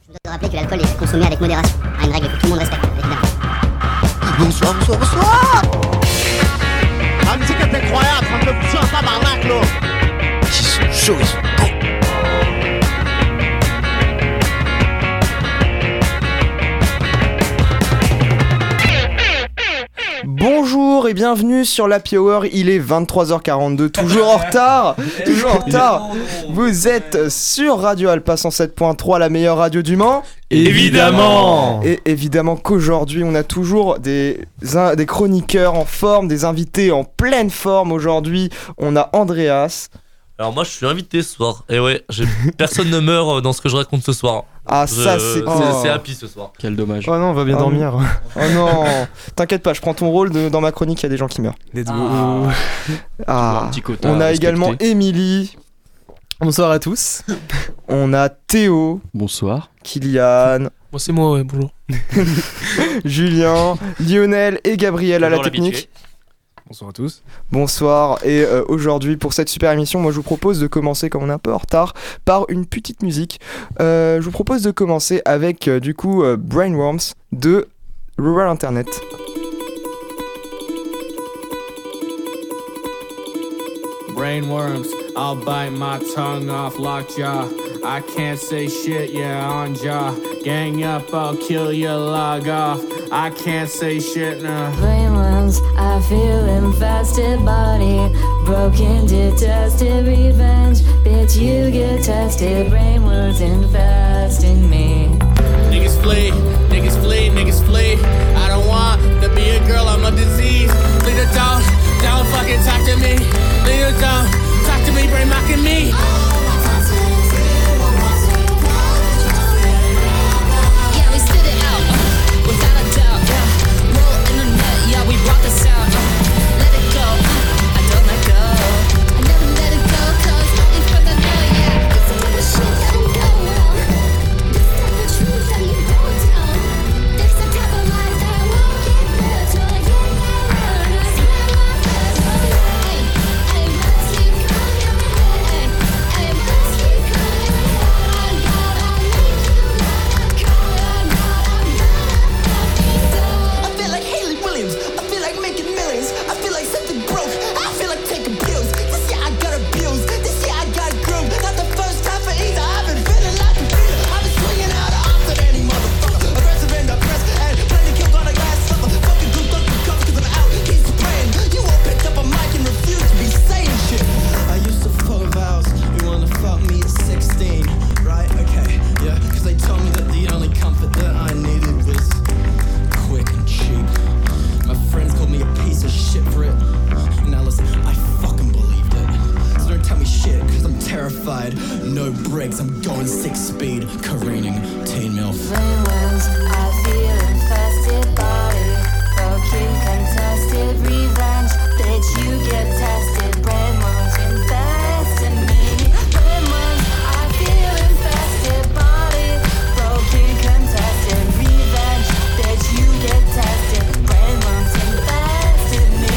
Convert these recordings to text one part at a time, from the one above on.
Je dois te rappeler que l'alcool est consommé avec modération. Une règle que tout le monde respecte, évidemment. Bonsoir. La musique est incroyable, ça me fait pousser un tabarnak là. Ils sont chauds, ils sont beaux. Bonjour et bienvenue sur l'Happy Hour, il est 23h42, toujours en retard. Vous êtes sur Radio Alpa 107.3, la meilleure radio du Mans. Évidemment. Et évidemment qu'aujourd'hui on a toujours des chroniqueurs en forme, des invités en pleine forme. Aujourd'hui on a Andreas. Alors moi je suis invité ce soir, et ouais, personne ne meurt dans ce que je raconte ce soir. Ah ça c'est cool. C'est happy ce soir. Quel dommage. Oh non, on va bien dormir. Oh non, t'inquiète pas, je prends ton rôle dans ma chronique, il y a des gens qui meurent. Un petit quota on a respecté. également Émilie. Bonsoir à tous. On a Théo, Bonsoir. Kylian, Bon, c'est moi, ouais, bonjour. Julien, Lionel et Gabriel à la Bonjour, technique. Bonsoir à tous. Bonsoir, et aujourd'hui pour cette super émission, moi je vous propose de commencer, comme on est un peu en retard, par une petite musique. Je vous propose de commencer avec du coup Brainworms de Rural Internet. Brainworms, I'll bite my tongue off, lockjaw. I can't say shit, yeah, on jaw. Gang up, I'll kill you, log off. I can't say shit now. Brainworms, I feel infested body. Broken, detested revenge. Bitch, you get tested. Brainworms infesting me. Niggas flee, niggas flee, niggas flee. I don't want to be a girl, I'm a disease. Lead her down, don't fucking talk to me. Lead her down, talk to me, brain mocking me. Yeah, we stood it out, without a doubt. Yeah, roll in the net, yeah, we brought this out. Let it go, I don't let go. I never let it go, cause only for the no, yeah. This type of shit that don't go well. This type of truth that you don't tell. There's some type of lies that won't get built. So yeah, I swear my first one. I must keep coming. I must keep coming. I gotta make you wanna cry. I feel like Haley Williams. I feel like making millions. I feel like something broke. I feel like taking pills. This year I got abused. This year I got grooved. Not the first time for either. I've been feeling like a feeler. I've been swinging out after any motherfucker. Aggressive and oppressed. And playing the kills on the last summer. Fucking do thumping cups cause I'm out. He's praying. You all picked up a mic and refused to be saying shit. I used to fuck with vows. You wanna fuck me at 16. Right? Okay. Yeah. Cause they told me that the only comfort that I needed was quick and cheap. My friends called me a piece of shit for it. Now listen, I fucking believed it. So don't tell me shit, cause I'm terrified. No brakes, I'm going 6 speed. Careening, teen milf. Brainworms, I feel infested body. Broken, contested revenge. Bitch, you get tested. Brainworms infesting me. Brainworms, I feel infested body. Broken, contested revenge. Bitch, you get tested. Brainworms infesting me.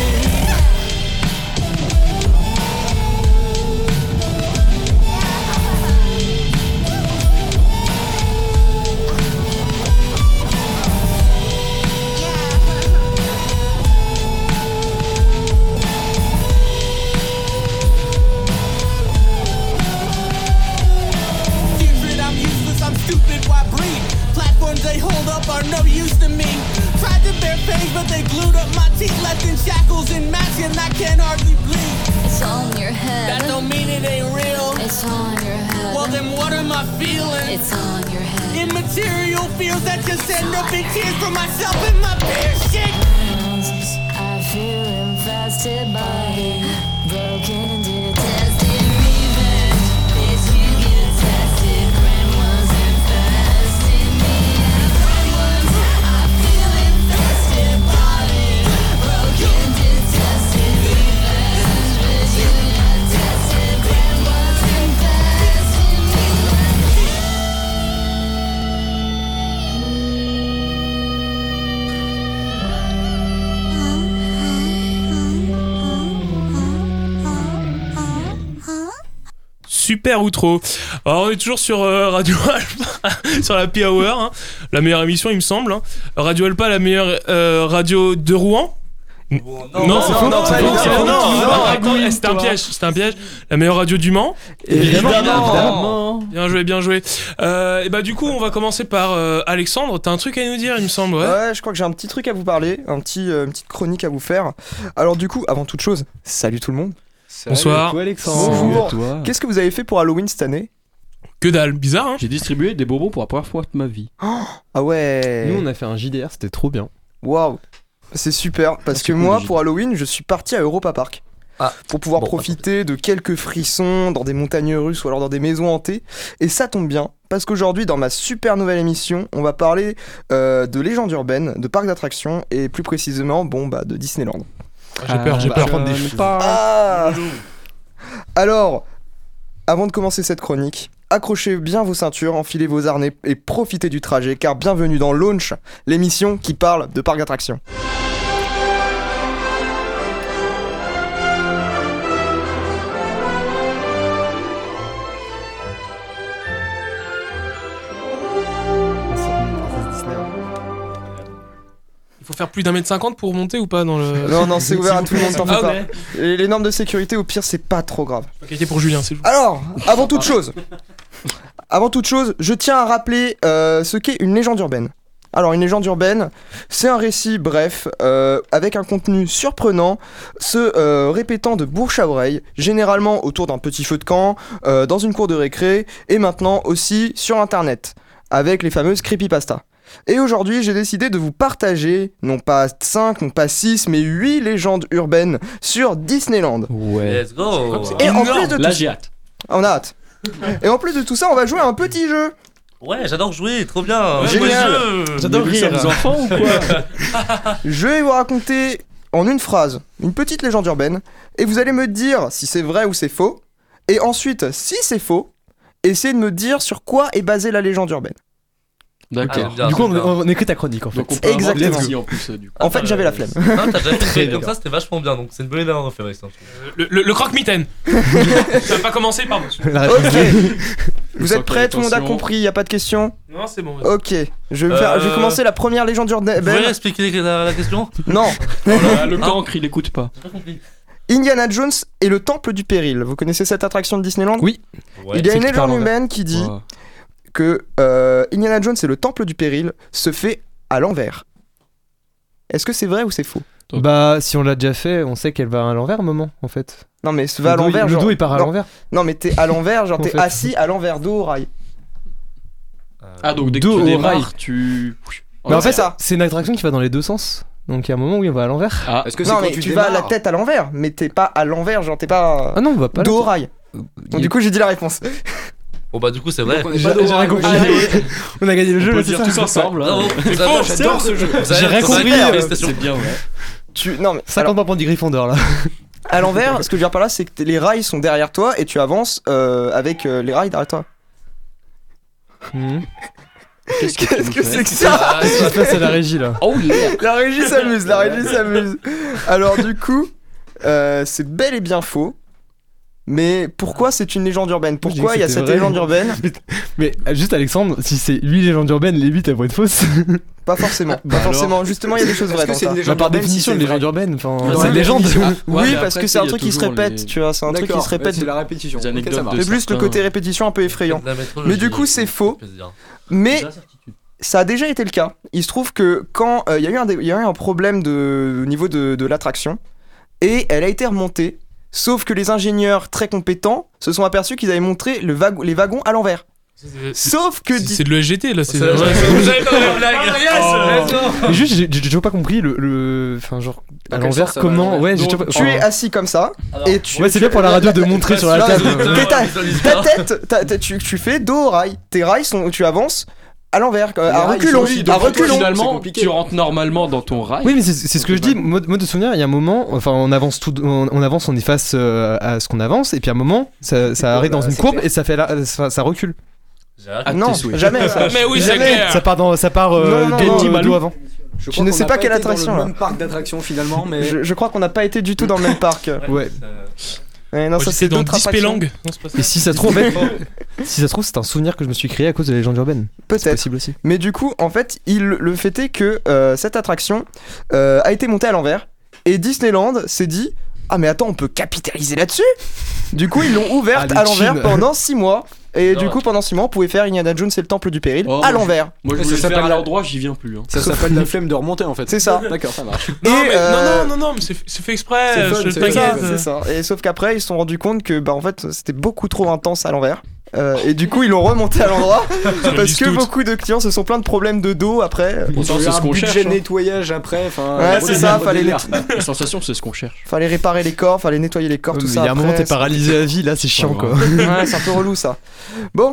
Stupid, I'm useless, I'm stupid, why breathe? Platforms they hold up are no use to me. Tried to bear pain, but they glued up my teeth. Left in shackles and masks, and I can hardly bleed. It's on your head. That don't mean it ain't real. It's on your head. Well, then what am I feeling? It's on your head. Immaterial feels that just end up in tears for myself and my peers. Shit. I feel infested body. Broken, detested revenge. Bitch, you get tested. Brainworms infesting me. Brainworms, I feel infested body. Broken, detested revenge. Bitch, you get tested. Brainworms infesting me. super outro. Alors on est toujours sur Radio Alpa, sur la Happy Hour, hein. La meilleure émission il me semble, hein. Radio Alpa, la meilleure radio de Rouen. Non, c'est faux. Attends, c'était un piège. La meilleure radio du Mans. Évidemment. Bien joué. Et bah du coup, on va commencer par Alexandre. T'as un truc à nous dire, il me semble. Ouais, je crois que j'ai un petit truc à vous parler, une petite chronique à vous faire. Alors du coup, avant toute chose, salut tout le monde. Bonsoir. Toi, Alexandre. Bonjour. Toi. Qu'est-ce que vous avez fait pour Halloween cette année? Que dalle, bizarre, hein. J'ai distribué des bonbons pour la première fois de ma vie. Ah ouais. Nous on a fait un JDR, c'était trop bien. Waouh. C'est super parce que moi pour Halloween je suis parti à Europa Park pour pouvoir profiter de quelques frissons dans des montagnes russes ou alors dans des maisons hantées, et ça tombe bien parce qu'aujourd'hui dans ma super nouvelle émission on va parler de légendes urbaines, de parcs d'attractions et plus précisément de Disneyland. J'ai peur de prendre des choses. Alors avant de commencer cette chronique, accrochez bien vos ceintures, enfilez vos harnais et profitez du trajet, car bienvenue dans Launch, l'émission qui parle de parcs d'attractions. Il faut faire plus d'1m50 pour monter ou pas dans le... Non, c'est ouvert à tout le monde, t'en fais pas. Et les normes de sécurité, au pire, c'est pas trop grave. Ok, pour Julien, c'est vous. Alors, avant toute chose, je tiens à rappeler ce qu'est une légende urbaine. Alors, une légende urbaine, c'est un récit bref, avec un contenu surprenant, se répétant de bouche à oreille, généralement autour d'un petit feu de camp, dans une cour de récré, et maintenant aussi sur internet, avec les fameuses creepypastas. Et aujourd'hui, j'ai décidé de vous partager, non pas 5, non pas 6, mais 8 légendes urbaines sur Disneyland. Ouais. Let's go. Et en plus de Là, tout j'ai hâte. on a hâte. Et en plus de tout ça, on va jouer à un petit jeu. Ouais, j'adore jouer, trop bien. Génial. J'adore rire. Les enfants ou quoi? Je vais vous raconter en une phrase une petite légende urbaine, et vous allez me dire si c'est vrai ou c'est faux. Et ensuite, si c'est faux, essayez de me dire sur quoi est basée la légende urbaine. D'accord. Ah, Du coup on écrit ta chronique en fait. Donc on peut Exactement. inventer aussi, en plus du coup. En fait, j'avais la flemme. Non, t'as déjà fait comme d'accord. ça, c'était vachement bien, donc c'est une bonne idée d'en refaire ça. Le croque-mitaine. Ça va pas commencer, pardon. Ok. Vous êtes prêts? Tout le monde a compris, y a pas de questions? Non, c'est bon. Ok. Je vais commencer la première légende Vous pouvez urbaine. expliquer la question? Non. Le cancre, il écoute pas. J'ai pas compris. Indiana Jones et le Temple du Péril. Vous connaissez cette attraction de Disneyland? Oui. Ouais. Il y a C'est une qui parle légende en urbaine qui dit Wow. que Indiana Jones et le Temple du Péril se fait à l'envers. Est-ce que c'est vrai ou c'est faux? Bah si on l'a déjà fait, on sait qu'elle va à l'envers un moment en fait. Non mais se va à Le dos, l'envers. le genre- dos il part à non, l'envers. Non mais t'es à l'envers, genre En t'es fait. assis à l'envers, dos au rail. Ah, donc dès que Dos tu au démarres, rail. tu. Mais en c'est fait ça. c'est une attraction qui va dans les deux sens. Donc il y a un moment où on va à l'envers. Ah, Est-ce que c'est Non quand mais tu vas la tête à l'envers, mais t'es pas à l'envers, genre t'es pas Ah non on va pas. dos au là. rail. Donc du coup j'ai dit la réponse. Bon bah du coup c'est vrai. J'ai rien compris. On a gagné le on jeu peut là, le c'est dire ça. tous ensemble. Bravo. Hein. Vous avez- J'adore ce jeu. vous avez- J'ai rien vous avez compris, fait, félicitations. C'est bien, ouais. Non mais 50 points pour du Gryffondor là. à l'envers, ce que je veux dire par là c'est que les rails sont derrière toi et tu avances avec les rails derrière toi. Qu'est-ce que Qu'est-ce que c'est que ça? Ah, Qu'est-ce qui se passe à la régie là? Oh yeah. La régie s'amuse, la régie s'amuse. Alors du coup, c'est bel et bien faux. Mais pourquoi c'est une légende urbaine? Moi, je dis Pourquoi que il y a c'était cette vrai. légende urbaine? Mais juste Alexandre, si c'est 8 légendes urbaines, les 8 elles vont être fausses. Pas forcément, pas Bah forcément. Justement, il y a des choses vraies Est-ce que dans c'est ça. une Bah, légende par urbaine définition, si une c'est légende vrai? urbaine, enfin Dans c'est la une légende. définition. Ouais, Oui, mais parce après, que c'est il un y a truc qui se toujours répète, les- tu vois, c'est un truc qui D'accord, se répète. c'est la répétition. Les Ok, ça anecdotes marche. de C'est plus le certains. côté répétition un peu effrayant. La métrologie, Mais du coup, c'est faux. plaisir. Mais Déjà, certitude. ça a déjà été le cas. Il se trouve que quand il y a eu un problème au niveau de l'attraction, et elle a été remontée, sauf que les ingénieurs très compétents se sont aperçus qu'ils avaient montré les wagons à l'envers. Sauf que... C'est de l'ESGT là, c'est. Vous avez pas la blague. Mais juste, j'ai toujours pas compris enfin genre à Dans quel l'envers sens ça va à comment. l'envers? Ouais, j'ai Donc, toujours pas. tu es assis comme ça, Alors, et tu... Ouais, c'est bien pour la radio de montrer sur la Non, table. mais ta tête, tu fais dos au rail. Tes rails sont, tu avances à l'envers, à rails, reculons, ils sont aussi à de reculons. C'est Finalement, compliqué. tu rentres normalement dans ton rail. Oui, mais c'est ce que je dis. Mode de souvenir, il y a un moment, enfin, on avance, on est face à ce qu'on avance, et puis à un moment, ça arrête dans une c'est courbe clair. et ça fait ça recule. J'ai raconté. Ah, Non, tes souhaits. jamais ça. Mais oui, c'est Jamais. clair. Ça part Non, non, Genji non, Malo avant. Je Tu crois ne qu'on sais n'a pas quelle été dans attraction, le là. même parc d'attractions finalement, mais Je crois qu'on n'a pas été du tout dans le même parc. Ouais. Ouais, non, Moi, ça j'étais c'est dans d'autres attractions. Disneyland. Non, c'est pas ça. Et si ça se trouve, en fait, si ça se trouve, c'est un souvenir que je me suis créé à cause de la légende urbaine. C'est Peut-être. possible aussi. Mais du coup, en fait, le fait est que cette attraction a été montée à l'envers et Disneyland s'est dit ah mais attends, on peut capitaliser là-dessus. Du coup, ils l'ont ouverte Ah, à des l'envers thunes. pendant 6 mois. Et Non, du coup, pendant 6 mois, on pouvait faire Indiana Jones et le Temple du Péril Oh, à moi, l'envers. Moi, je Ça voulais le faire s'appelle à la- l'endroit, j'y viens plus. Hein. Ça s'appelle la flemme de remonter en fait. C'est ça. D'accord, ça marche. Non, Et, mais non, mais c'est fait exprès. C'est fun, je c'est C'est ça, t'inquiète. c'est ça. Et sauf qu'après, ils se sont rendus compte que bah en fait, c'était beaucoup trop intense à l'envers. Et du coup, ils l'ont remonté à l'endroit parce disent que toutes. beaucoup de clients se sont plein de problèmes de dos après. Bon, ça, Ils ont eu c'est ce un qu'on budget cherche. hein. nettoyage après. Enfin, Ouais, c'est ça, fallait La sensation, c'est ce qu'on cherche. fallait réparer les corps, fallait nettoyer les corps, tout Il ça. y a un moment, après, t'es paralysé à vie, là, c'est chiant quoi. Ouais, c'est un peu relou ça. Bon,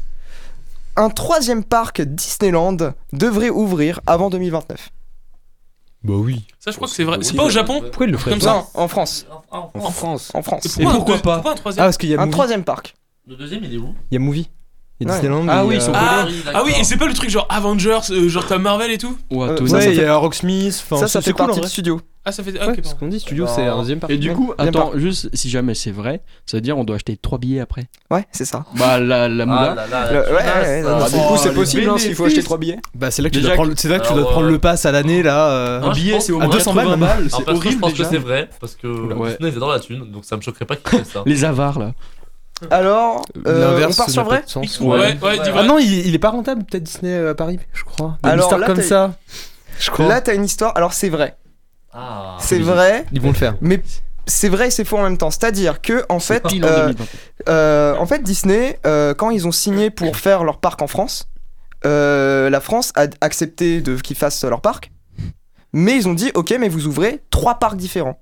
un troisième parc Disneyland devrait ouvrir avant 2029. Bah oui. Ça, je crois que c'est vrai. C'est pas au Japon Pourquoi il le ferait Comme pas ça. Non, en France. En France. En France. Et pourquoi pas Pourquoi un Ah, troisième parce qu'il y a Un Movie. troisième parc. Le deuxième, il est où? Il y a Movie. Il y a Ouais. Disneyland. Ah il y oui, a- ils sont Ah oui, et c'est pas le truc genre Avengers, genre t'as Marvel et tout Ou à Euh, Tony. ça Ouais, il y fait- a Rocksmith. Enfin, Ça c'est fait cool en partie vrai. du studio. Ah, ça fait. Ah, Ouais, ok, parce pardon. qu'on dit studio, c'est un deuxième parc. Et du coup, Bien attends, juste si jamais c'est vrai, ça veut dire on doit acheter 3 billets après. Ouais, c'est ça. Bah, la moula. Ah là là, Le- la ouais, finesse, ouais, ça. non, Ah, du coup, c'est les possible hein, s'il faut bénéfices. acheter 3 billets. Bah, c'est là que tu Déjà dois prendre, c'est là que tu dois Alors, prendre le pass à l'année là. Moi, Un je billet, pense- c'est au à moins 200 80 balles. Alors, C'est parce que je horrible pense que déjà. c'est vrai, parce que Ouais. Disney est dans la thune, donc ça me choquerait pas qu'il fasse ça. Les avares là. Alors, L'inverse, on part ça sur n'a pas vrai de sens. Ouais, ouais, dis Ah vrai. non, il est pas rentable, peut-être Disney à Paris, je crois. Une Alors, histoire là, comme t'as- ça. Je crois. Là, t'as une histoire. Alors, c'est vrai. Ah. C'est vrai, Ils vont le faire. mais c'est vrai et c'est faux en même temps. C'est-à-dire que, en fait, Pile en 2020. Disney, quand ils ont signé pour faire leur parc en France, la France a accepté qu'ils fassent leur parc, mais ils ont dit ok, mais vous ouvrez 3 parcs différents.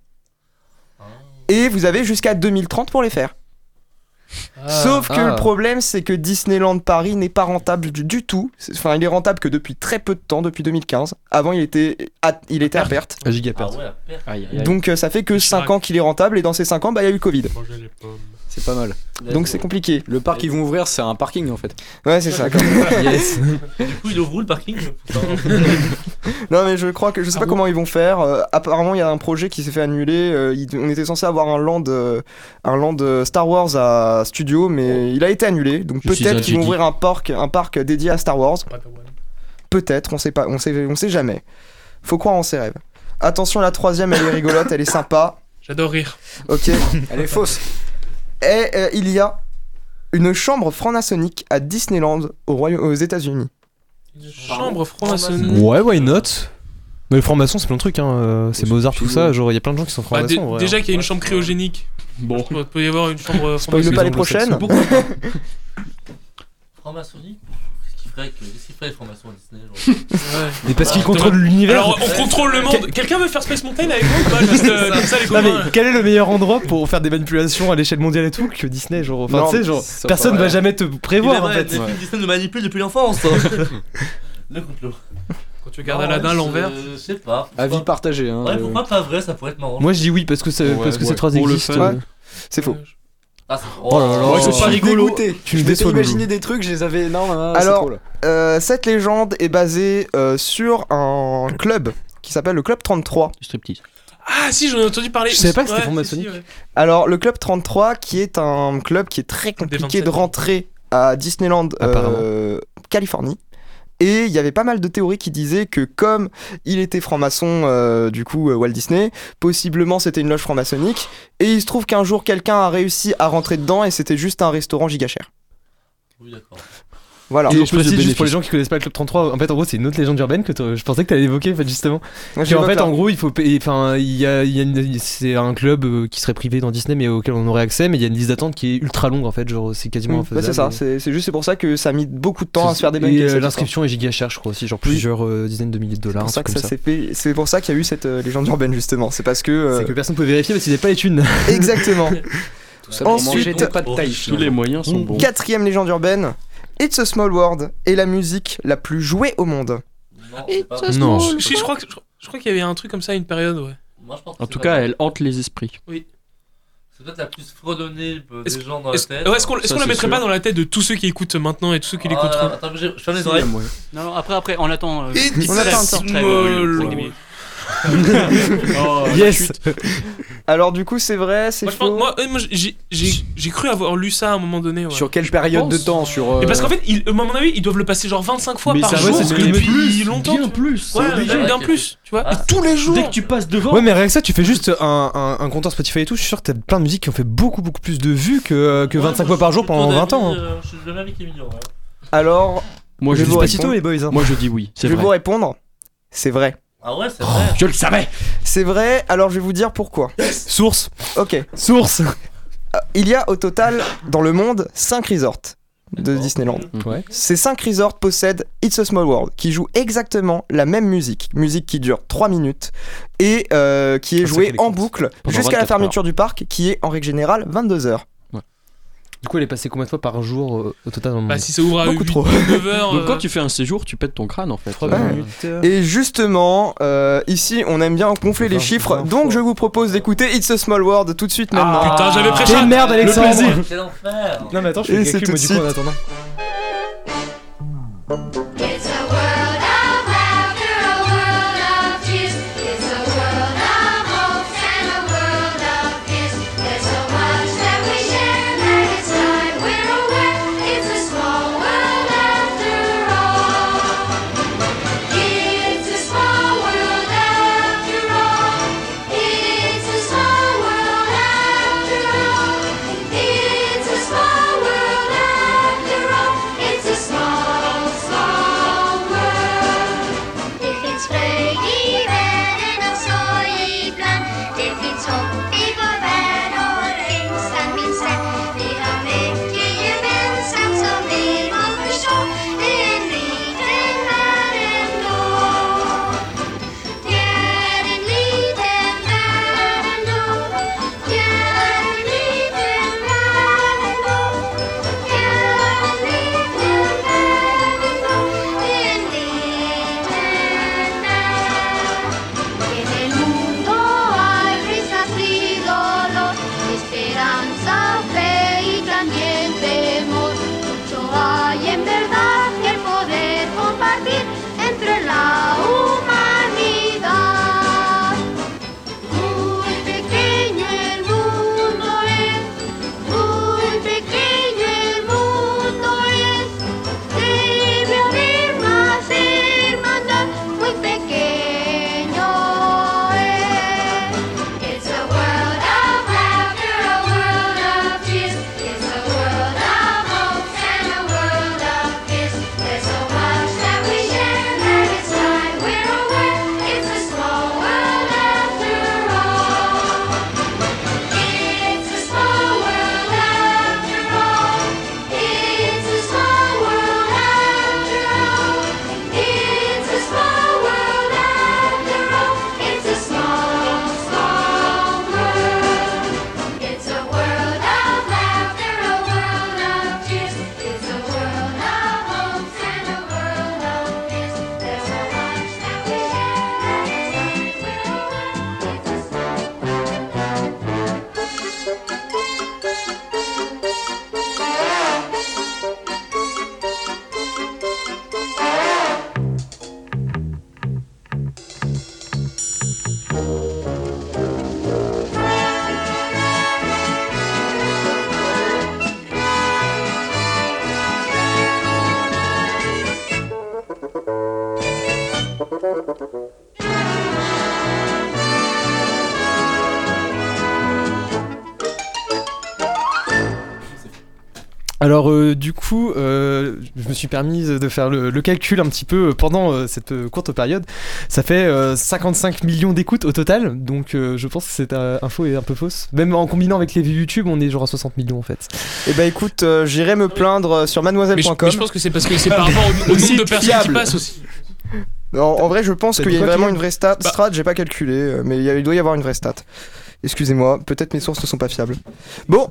Et vous avez jusqu'à 2030 pour les faire. Sauf que le problème, c'est que Disneyland Paris n'est pas rentable du tout. Enfin, il est rentable que depuis très peu de temps, depuis 2015. Avant, il était à perte. À giga Ah perte. ouais, la perte. Aïe, aïe, aïe. Donc, ça fait que Chirac. 5 ans qu'il est rentable. Et dans ces 5 ans, bah, il y a eu le Covid. Manger les pommes. C'est pas mal. Donc, c'est compliqué. Le parc qu'ils vont ouvrir, c'est un parking en fait. Ouais, c'est ça. Yes. Du coup, il ouvre où le parking? Putain. Non, mais je crois que je sais pas comment ils vont faire. Apparemment, il y a un projet qui s'est fait annuler. On était censé avoir un land Star Wars à Studio, mais il a été annulé. Donc Je suis peut-être un qu'ils vont Jedi. ouvrir un parc dédié à Star Wars. Padawan. Peut-être, on sait pas, on sait jamais. Faut croire en ses rêves. Attention, la troisième, elle est rigolote, elle est sympa. J'adore rire. Ok. Elle est fausse. Et il y a une chambre franc-maçonnique à Disneyland aux États-Unis. Une chambre franc-maçonnique. Ouais, why not? Mais les francs-maçons, c'est plein de trucs, hein. C'est Mozart, tout ça. Genre, il y a plein de gens qui sont Bah, francs-maçons. en vrai, déjà hein. qu'il y a une chambre cryogénique. Bon. Il peut y avoir une chambre Spoil franc-maçonnique. pas les prochaines. Franc-maçonnique? Qu'est-ce qu'il ferait les francs-maçons à Disney? Genre Mais parce qu'ils Attends, contrôlent l'univers. Alors, on contrôle le monde. Quelqu'un veut faire Space Mountain avec moi ou pas? Juste comme ça, les Non, mais copains. quel est le meilleur endroit pour faire des manipulations à l'échelle mondiale et tout que Disney, genre, enfin, Non, tu sais, genre, ça personne paraît- va jamais te Il est prévoir en vrai, fait. les films Disney nous manipulent depuis l'enfance. Le complot. Quand tu regardes Aladdin à l'envers. Je sais pas. Avis partagé. Hein, Ouais, pourquoi pas vrai? Ça pourrait être marrant. Moi je dis oui parce que, cette phrase Pour le existe. fun. Ouais. C'est faux. Ah, c'est- Oh là là. Ouais, Oh, je suis rigolo. dégoûté. Tu me Je m'étais déçois, imaginé des trucs, je les avais. Non, c'est Alors, trop là. Cette légende est basée sur un club qui s'appelle le Club 33. Du striptease. Ah si, j'en ai entendu parler. Je savais pas que c'était Ouais, franc-maçonnique. si, ouais. Alors, le Club 33, qui est un club qui est très compliqué 27. de rentrer à Disneyland, Apparemment. Californie. Et il y avait pas mal de théories qui disaient que comme il était franc-maçon, du coup, Walt Disney, possiblement c'était une loge franc-maçonnique. Et il se trouve qu'un jour, quelqu'un a réussi à rentrer dedans et c'était juste un restaurant giga cher. Oui, d'accord. Voilà. Et Toujours je plus de précise juste pour les bénéfices. gens qui connaissent pas le Club 33, en fait en gros c'est une autre légende urbaine que je pensais que t'allais évoquer en fait justement. Moi, Qui j'ai en fait là. en gros il faut payer, enfin c'est un club qui serait privé dans Disney mais auquel on aurait accès, mais il y a une liste d'attente qui est ultra longue en fait, genre c'est quasiment Bah, infaisable. c'est ça, c'est pour ça que ça a mis beaucoup de temps à se faire des Et banquets. cette histoire. l'inscription est giga chère je crois aussi, genre plusieurs dizaines de milliers de dollars. C'est un pour ça truc que ça comme s'est fait. C'est pour ça qu'il y a eu cette légende urbaine justement. C'est parce que. C'est que personne peut vérifier parce qu'ils n'avaient pas les thunes. Exactement. Tout ça pour Ensuite, manger des pâtes de taille. Tous les moyens sont bons. Quatrième légende urbaine. It's a Small World est la musique la plus jouée au monde. Non, c'est pas vrai. Non. Si, je crois qu'il y avait un truc comme ça à une période, ouais. Moi, je pense que En c'est tout pas cas, vrai. elle hante les esprits. C'est peut-être la plus fredonnée Est-ce- des gens dans la Est-ce tête. est-ce qu'on Ça, la c'est mettrait sûr. pas dans la tête de tous ceux qui écoutent maintenant et tous ceux qui l'écouteront? Attends, je ferme les oreilles. Non, après, on attend. Et On attend, Small Très bon, World. Oh, Yes. Alors du coup, c'est vrai, c'est Moi, je pense- faux. moi, j'ai cru avoir lu ça à un moment donné. Ouais. Sur quelle période de temps sur Et parce qu'en fait, à mon avis, ils doivent le passer genre 25 fois Mais par ça, jour. ouais, c'est ce que je me depuis dis. longtemps. Bien plus. Ouais, c'est obligé. bien plus. Tu vois. Ah. Et tous les jours. Dès que tu passes devant. Ouais, mais rien que ça, tu fais juste un compteur Spotify et tout. Je suis sûr que t'as plein de musiques qui ont fait beaucoup plus de vues que 25 fois par jour pendant 20 ans. Je suis de même avis qu'Emilio. Ouais. Alors, Moi, je je vous dis Despacito, réponds. les boys. Hein. Moi, je dis oui. je C'est vais vrai. vous répondre. C'est vrai. Ah ouais, c'est vrai. Je le savais. C'est vrai, alors je vais vous dire pourquoi. Source. Ok. Source. Il y a au total, dans le monde, 5 resorts de Disneyland. Ouais. Ces 5 resorts possèdent It's a Small World, qui joue exactement la même musique qui dure 3 minutes, et qui est Ah, jouée ça qu'elle en écoute. boucle Pendant jusqu'à la 24 fermeture du parc, qui est en règle générale 22 heures. Du coup, elle est passée combien de fois par jour au total dans le monde? Bah, si ça ouvre à Beaucoup 8 trop. 9 heures. Donc quand tu fais un séjour, tu pètes ton crâne en fait. 3 Ouais. minutes. Et justement, ici, on aime bien gonfler les 20 chiffres, 20 donc fois. je vous propose d'écouter It's a Small World tout de suite maintenant. Putain, j'avais Quelle pré-chat. merde, Alexandre. plaisir. Quel enfer. Non, mais attends, je Et fais le c'est calcul, tout moi, de du coup, en suite. attendant. It's a world of laughter, a world of tears. It's a world of hopes and a world of fears. There's so much that we share that it's time we're aware. It's a small world after all. It's a small world after all. It's a small world after all. It's a small world after all. It's a small, small world. Det finns fröjd i världen av sorg ibland. Det finns hopp i vår värld och ängslan minst den. Vi har mycket gemensamt som vi må förstå. Det är en liten värld ändå. Det är en liten värld ändå. Det är en liten värld ändå. Det är en liten värld ändå. Det är en liten värld. En el mundo hay risas, frío, dolor, esperanza, fe y también temor. Mucho hay en verdad que poder compartir entre la humanidad. Muy pequeño el mundo es, muy pequeño el mundo es. Debe haber más hermandad, muy pequeño es. It's a world of laughter, a world of tears. It's a world of hopes and a world of fears. There's so much that we share that it's time we're aware. It's a small world after all. It's a small world after all. It's a small world after all. It's a small world after all. It's a small, small world. It's a world of laughter, a world of tears. It's a world of hopes and a world of fears. There's so much that we share that it's time we're aware. It's a small Alors du coup, je me suis permis de faire le calcul un petit peu pendant cette courte période. Ça fait 55 millions d'écoutes au total, donc je pense que cette info est un peu fausse. Même en combinant avec les vues YouTube, on est genre à 60 millions en fait. Et bah écoute, j'irai me plaindre sur Mais mademoiselle.com. je pense que c'est parce que c'est par rapport au nombre de personnes qui passent aussi. En vrai, je pense T'as qu'il y dit a quoi, vraiment Kylian une vraie stat. J'ai pas calculé, mais il doit y avoir une vraie stat. Excusez-moi, peut-être mes sources ne sont pas fiables. Bon.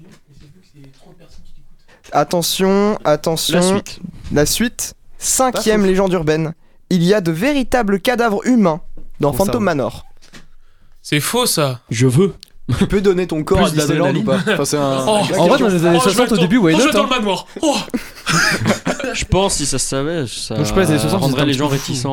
Attention. La suite. 5ème légende urbaine. Il y a de véritables cadavres humains dans Comment ça Phantom Manor. C'est faux ça. Je veux. Tu peux donner ton corps Plus à Disneyland ou pas enfin, c'est un... Oh, En vrai, dans les années 60 au début, why je not, vais dans hein. le manoir. Oh. Je pense si ça se savait, ça Donc je pense les années 60, rendrait c'était les un gens petit peu fou. réticents. Hein.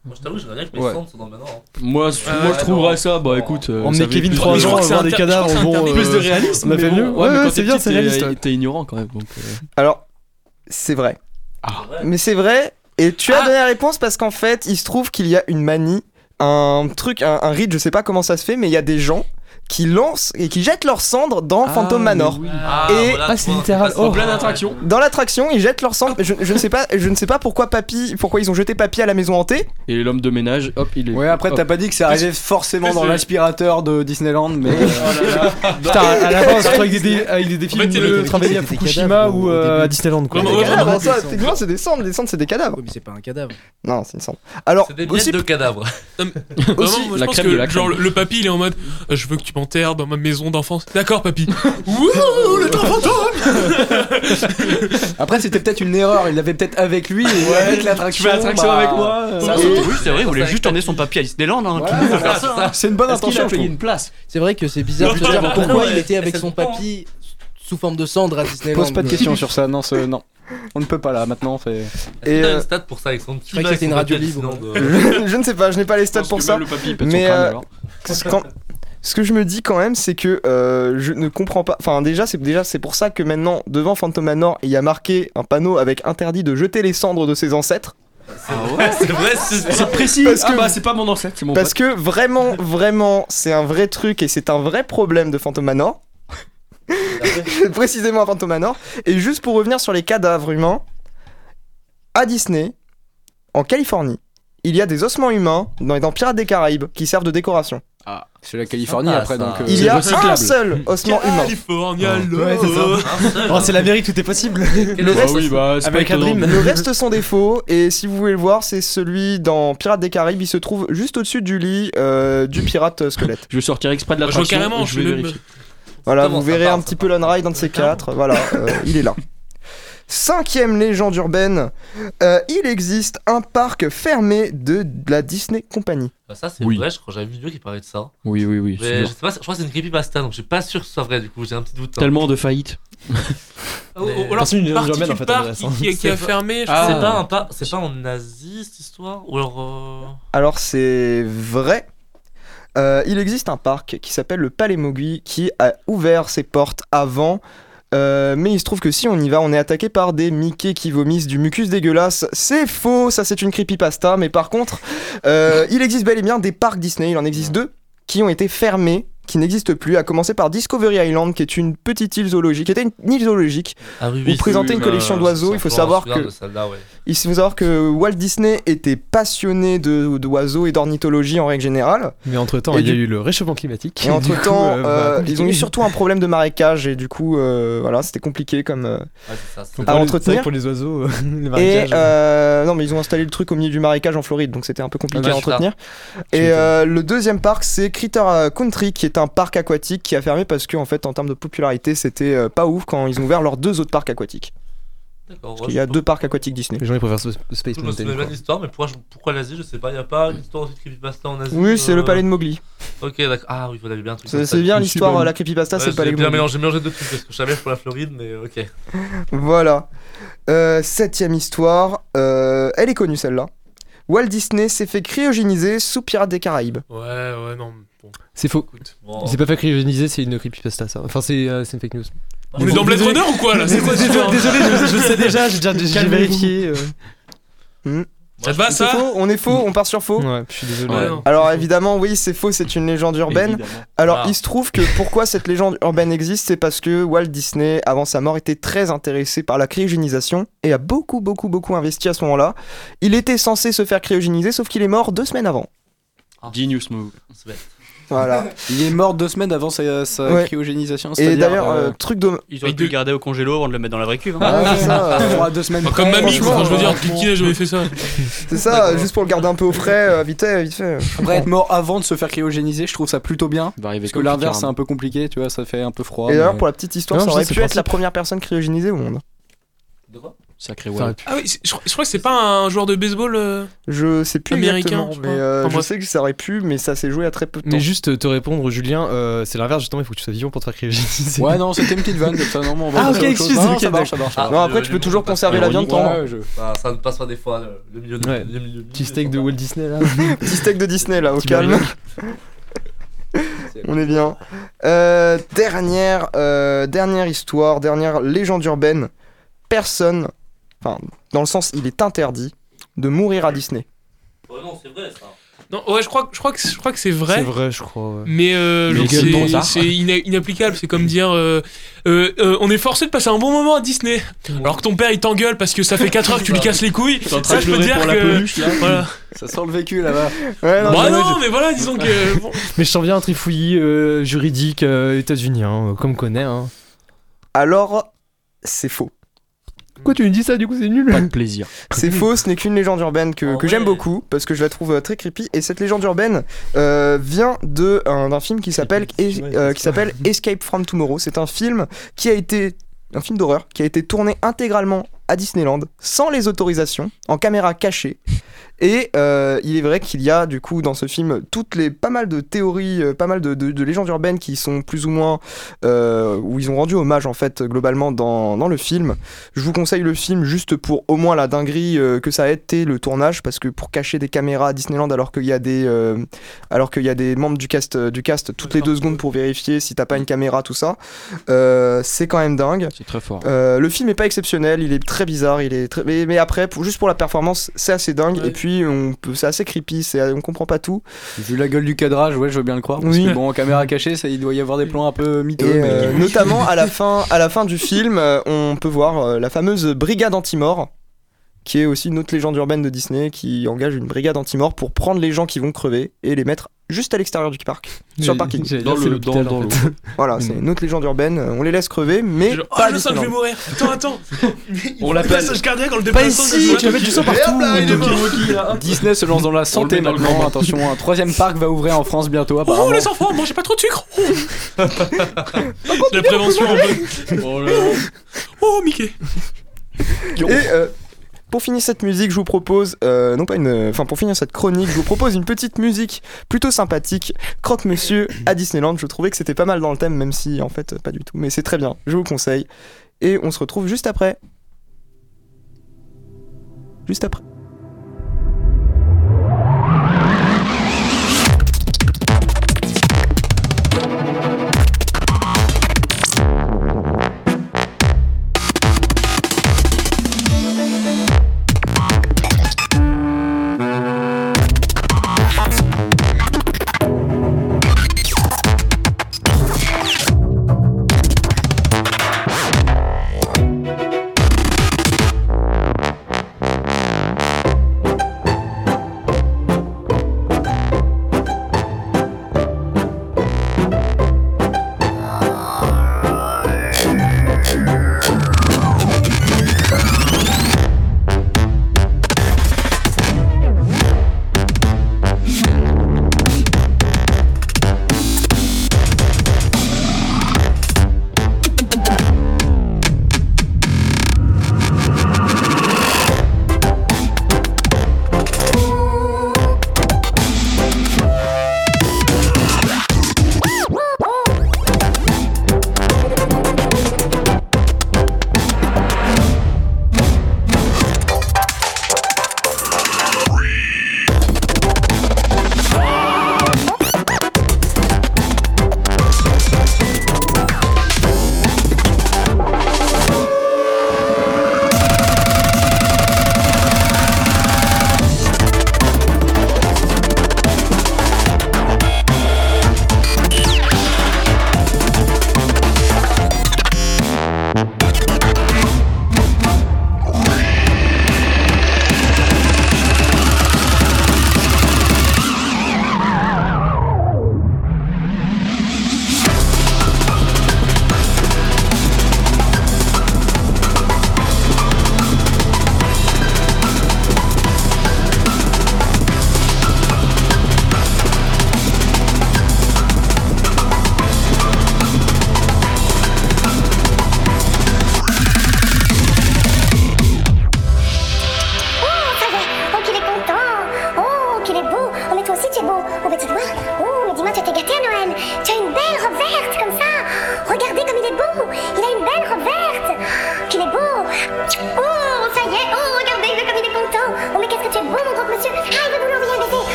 Moi, je t'avoue, j'aimerais bien que mes Ouais. cendres soient dans maintenant. Moi, je trouverais ça, bah écoute. Emmener Kevin 3 ans voir des cadavres, bon. Plus de réalisme. On a fait mais mieux. bon, Ouais, mais quand c'est t'es bien, petit, c'est réaliste. T'es ignorant quand même. Donc, Alors, c'est vrai. Ah. Mais c'est vrai, et tu as donné la réponse parce qu'en fait, il se trouve qu'il y a une manie, un truc, un rite, je sais pas comment ça se fait, mais il y a des gens qui lancent et qui jettent leurs cendres dans Phantom Manor. Et c'est littéral. en pleine attraction. dans l'attraction, ils jettent leurs cendres. Je ne sais pas pourquoi ils ont jeté Papy à la maison hantée. Et l'homme de ménage, hop, il est. Ouais, après, t'as pas dit que ça arrivait forcément dans l'aspirateur de Disneyland, mais. Putain, à la fin, surtout avec des défis En fait, de travailler à Fukushima ou à Disneyland, quoi. Ouais, Des ouais, cadavres, vraiment, ça, techniquement, c'est des cendres, c'est des cadavres. Oui, mais c'est pas un cadavre. Non, c'est une cendre. Alors, C'est des miettes aussi, de cadavres. Vraiment, Aussi, moi, je la pense crème de la que genre, crème. le papy il est en mode je veux que tu m'enterres dans ma maison d'enfance. D'accord, papy. Wouh, le temps fantôme. Après, c'était peut-être une erreur, il l'avait peut-être avec lui, et avec l'attraction. Tu fais l'attraction bah, avec moi ça, Et- c'est- Oui, c'est vrai, il voulait juste emmener son papy à Disneyland. Hein, Voilà, qui peut faire ça, hein. c'est une bonne Est-ce qu'il intention, a je payé trouve. une place? C'est vrai que c'est bizarre de Non, se dire non, pourquoi non, il était mais avec c'est son le temps. papy sous forme de cendre à Disneyland. Pose pas de questions sur ça, non, non. On ne peut pas là, maintenant, c'est. Est-ce Et, que t'as une stat pour ça, Alexandre? Je croyais que c'était une radio libre. je ne sais pas, je n'ai pas les stats pour ça. Le papy, il pète Mais, son crâne, alors. Ce que je me dis quand même, c'est que je ne comprends pas. Enfin, c'est pour ça que maintenant, devant Phantom Manor, il y a marqué un panneau avec interdit de jeter les cendres de ses ancêtres. C'est vrai, C'est précis. Parce que- Ah bah c'est pas mon ancêtre, c'est mon Parce pote. que vraiment, c'est un vrai truc et c'est un vrai problème de Phantom Manor. Précisément à Phantom Manor. Et juste pour revenir sur les cadavres humains, à Disney, en Californie, il y a des ossements humains dans Pirates des Caraïbes qui servent de décoration. C'est la Californie Sympa, après, ça. donc. Il y a recyclable. un seul ossement humain. California, Ouais, c'est ça. Oh, c'est l'Amérique, tout est possible. Le Bah reste, oui, bah c'est Avec pas un étonnant. dream. le reste sont des faux, et si vous voulez le voir, c'est celui dans Pirates des Caraïbes. Il se trouve juste au-dessus du lit du pirate squelette. Je vais sortir exprès de Je vois l'attraction. carrément, et je vais je suis vérifier. Voilà, Comment vous ça verrez part, un ça petit part. peu l'on-ride, un de ces quatre. Voilà, il est là. 5e légende urbaine, il existe un parc fermé de la Disney Company. Bah, ça, c'est Oui. vrai, je crois que j'avais vu une vidéo qui parlait de ça. Oui, Mais c'est je sûr. sais pas, je crois que c'est une creepypasta, donc je suis pas sûr que ce soit vrai, du coup, j'ai un petit doute. hein. Tellement de faillites. Ou alors Parce qu'une partie urbaine, du en fait, parc intéressant. qui a fermé. je Ah, crois. c'est pas en Asie cette histoire? Ou alors. Alors c'est vrai. Il existe un parc qui s'appelle le Palais Mowgli qui a ouvert ses portes avant. Mais il se trouve que si on y va, on est attaqué par des Mickey qui vomissent du mucus dégueulasse. C'est faux, ça c'est une creepypasta. Mais par contre, il existe bel et bien des parcs Disney. Il en existe 2 qui ont été fermés, qui n'existent plus. À commencer par Discovery Island, qui est une petite île zoologique, qui était une île zoologique. Ah oui, Vous présentez une collection d'oiseaux. Il faut savoir que il faut savoir que Walt Disney était passionné d'oiseaux et d'ornithologie en règle générale. Mais entre temps, Et il y a du- eu le réchauffement climatique. Et entre Du coup, temps, bah, ils ont eu surtout un problème de marécage et du coup, voilà, c'était compliqué comme Ouais, c'est ça, Donc, c'est- pour à les- entretenir. c'est vrai que pour les oiseaux, les et marécages. non, mais ils ont installé le truc au milieu du marécage en Floride, donc c'était un peu compliqué Ouais, à c'est ça. entretenir. Et le deuxième parc, c'est Critter Country, qui est un parc aquatique qui a fermé parce que en fait, en termes de popularité, c'était pas ouf quand ils ont ouvert leurs 2 autres parcs aquatiques. D'accord. Parce qu'il y a 2 parcs aquatiques Disney. Les gens ils préfèrent Space Je me Mountain. souviens quoi. de l'histoire, mais pourquoi l'Asie? Je sais pas, y a pas une histoire aussi de creepypasta en Asie? Oui, c'est le palais de Mowgli. Ok, d'accord. Ah oui, vous avez bien un truc. comme ça. C'est bien une l'histoire, super- la creepypasta, c'est Ouais, le palais j'ai de bien Mowgli. mélangé deux trucs parce que je savais pour la Floride, mais ok. Voilà. 7e histoire. Elle est connue celle-là. Walt Disney s'est fait cryogéniser sous Pirates des Caraïbes. Ouais, non. Bon, C'est faux. écoute. Bon. Il s'est pas fait cryogéniser, c'est une creepypasta ça. Enfin, c'est une fake news. On est dans Blade Runner ou quoi là? C'est quoi ce genre Désolé, je sais déjà, j'ai vérifié. Ça te va C'est ça? faux, on est faux, on part sur faux. Ouais, je suis désolé. Ouais, non. Alors évidemment, oui, c'est faux, c'est une légende urbaine. Évidemment. Alors Ah. il se trouve que pourquoi cette légende urbaine existe, c'est parce que Walt Disney, avant sa mort, était très intéressé par la cryogénisation et a beaucoup investi à ce moment-là. Il était censé se faire cryogéniser, sauf qu'il est mort 2 semaines avant. Genius move. C'est bête. Voilà. Il est mort 2 semaines avant sa Ouais. cryogénisation. Et c'est-à-dire, d'ailleurs, truc de... Ils auraient dû le garder au congélo avant de le mettre dans la vraie cuve. Hein. Ah, c'est ça, 2 semaines Bah, comme près, mamie, franchement, quoi. Je veux dire, franchement. qui n'a jamais fait ça? c'est ça, juste pour le garder un peu au frais, vite fait. Après être mort avant de se faire cryogéniser, je trouve ça plutôt bien. Il va arriver Parce que comme l'inverse c'est Picard. un peu compliqué, tu vois, ça fait un peu froid. Et d'ailleurs, mais- pour la petite histoire, Non, ça je aurait sais, pu c'est être la principe. première personne cryogénisée au monde. De quoi? Sacré Enfin, Walt. Ah oui, je crois que c'est pas un joueur de baseball. Je sais plus Américain, exactement, je mais crois. Enfin, je bref. sais que ça aurait pu, mais ça s'est joué à très peu de temps. Mais juste te répondre, Julien, c'est l'inverse justement, il faut que tu sois vivant pour te faire cryogéniser. Ouais, non, c'était une petite vanne comme ça. Non, mais on va Ah, passer ok, à autre chose. excuse, Non, ok, ça marche, ça marche. Non, après, tu peux toujours conserver la viande pendant. Ouais, Ça ne passe pas des fois le milieu de. Ouais. le milieu de- Petit steak de Walt Disney là. Petit steak de Disney là, au Petit calme. burger. On est bien. Dernière histoire, dernière légende urbaine. Personne, enfin, dans le sens, il est interdit de mourir à Disney. Oh non, c'est vrai ça. Non, ouais, je crois que c'est vrai. C'est vrai, je crois. Ouais. Mais genre, légalement, ça. c'est inapplicable. C'est comme dire on est forcé de passer un bon moment à Disney. Alors que ton père il t'engueule parce que ça fait 4 heures que tu lui casses les couilles. T'es en train Ça, de je peux te pleurer dire pour la que. peluche, là. Voilà. Ça sent le vécu là-bas. Ouais, Bah mais non, mais voilà, disons que. Bon. Mais je sens bien un trifouillis juridique états-unien, comme connaît. Hein. Alors, c'est faux. Pourquoi tu me dis ça, du coup c'est nul? Pas de plaisir. C'est faux, ce n'est qu'une légende urbaine que ouais. j'aime beaucoup parce que je la trouve très creepy. Et cette légende urbaine vient d'un film qui s'appelle Escape from Tomorrow. C'est un film un film d'horreur qui a été tourné intégralement à Disneyland sans les autorisations, en caméra cachée. Et il est vrai qu'il y a du coup dans ce film pas mal de théories, pas mal de légendes urbaines qui sont plus ou moins où ils ont rendu hommage en fait globalement dans le film. Je vous conseille le film juste pour au moins la dinguerie que ça a été le tournage, parce que pour cacher des caméras à Disneyland alors qu'il y a des membres du cast toutes les 2 secondes pour vérifier si t'as pas une caméra, tout ça, c'est quand même dingue. C'est très fort. Le film est pas exceptionnel, il est très bizarre, mais après juste pour la performance c'est assez dingue. Ouais. Et puis c'est assez creepy, on comprend pas tout. Vu la gueule du cadrage, ouais, je veux bien le croire. Parce Oui. que bon, en caméra cachée, il doit y avoir des plans un peu miteux. Et mais... notamment à la fin du film, on peut voir la fameuse brigade anti-mort, qui est aussi une autre légende urbaine de Disney, qui engage une brigade anti-mort pour prendre les gens qui vont crever et les mettre juste à l'extérieur du parc, sur le parking. Dans l'eau. Voilà, c'est une autre légende urbaine, on les laisse crever, mais Genre, pas à je sens que je vais Disneyland. mourir. Attends. On l'appelle. Passage cardiaque en le Pas déplaçant. ici, tu vas mettre du sang partout. Disney se lance dans la santé met dans le maintenant. bain. Attention, un 3ème parc va ouvrir en France bientôt, apparemment. Oh les enfants, mangez pas trop de sucre. C'est la prévention un peu. Oh là. Oh Mickey. Et pour finir cette musique, je vous propose, pour finir cette chronique, je vous propose une petite musique plutôt sympathique, Croque-Monsieur à Disneyland. Je trouvais que c'était pas mal dans le thème, même si en fait pas du tout, mais c'est très bien, je vous conseille. Et on se retrouve juste après. Juste après.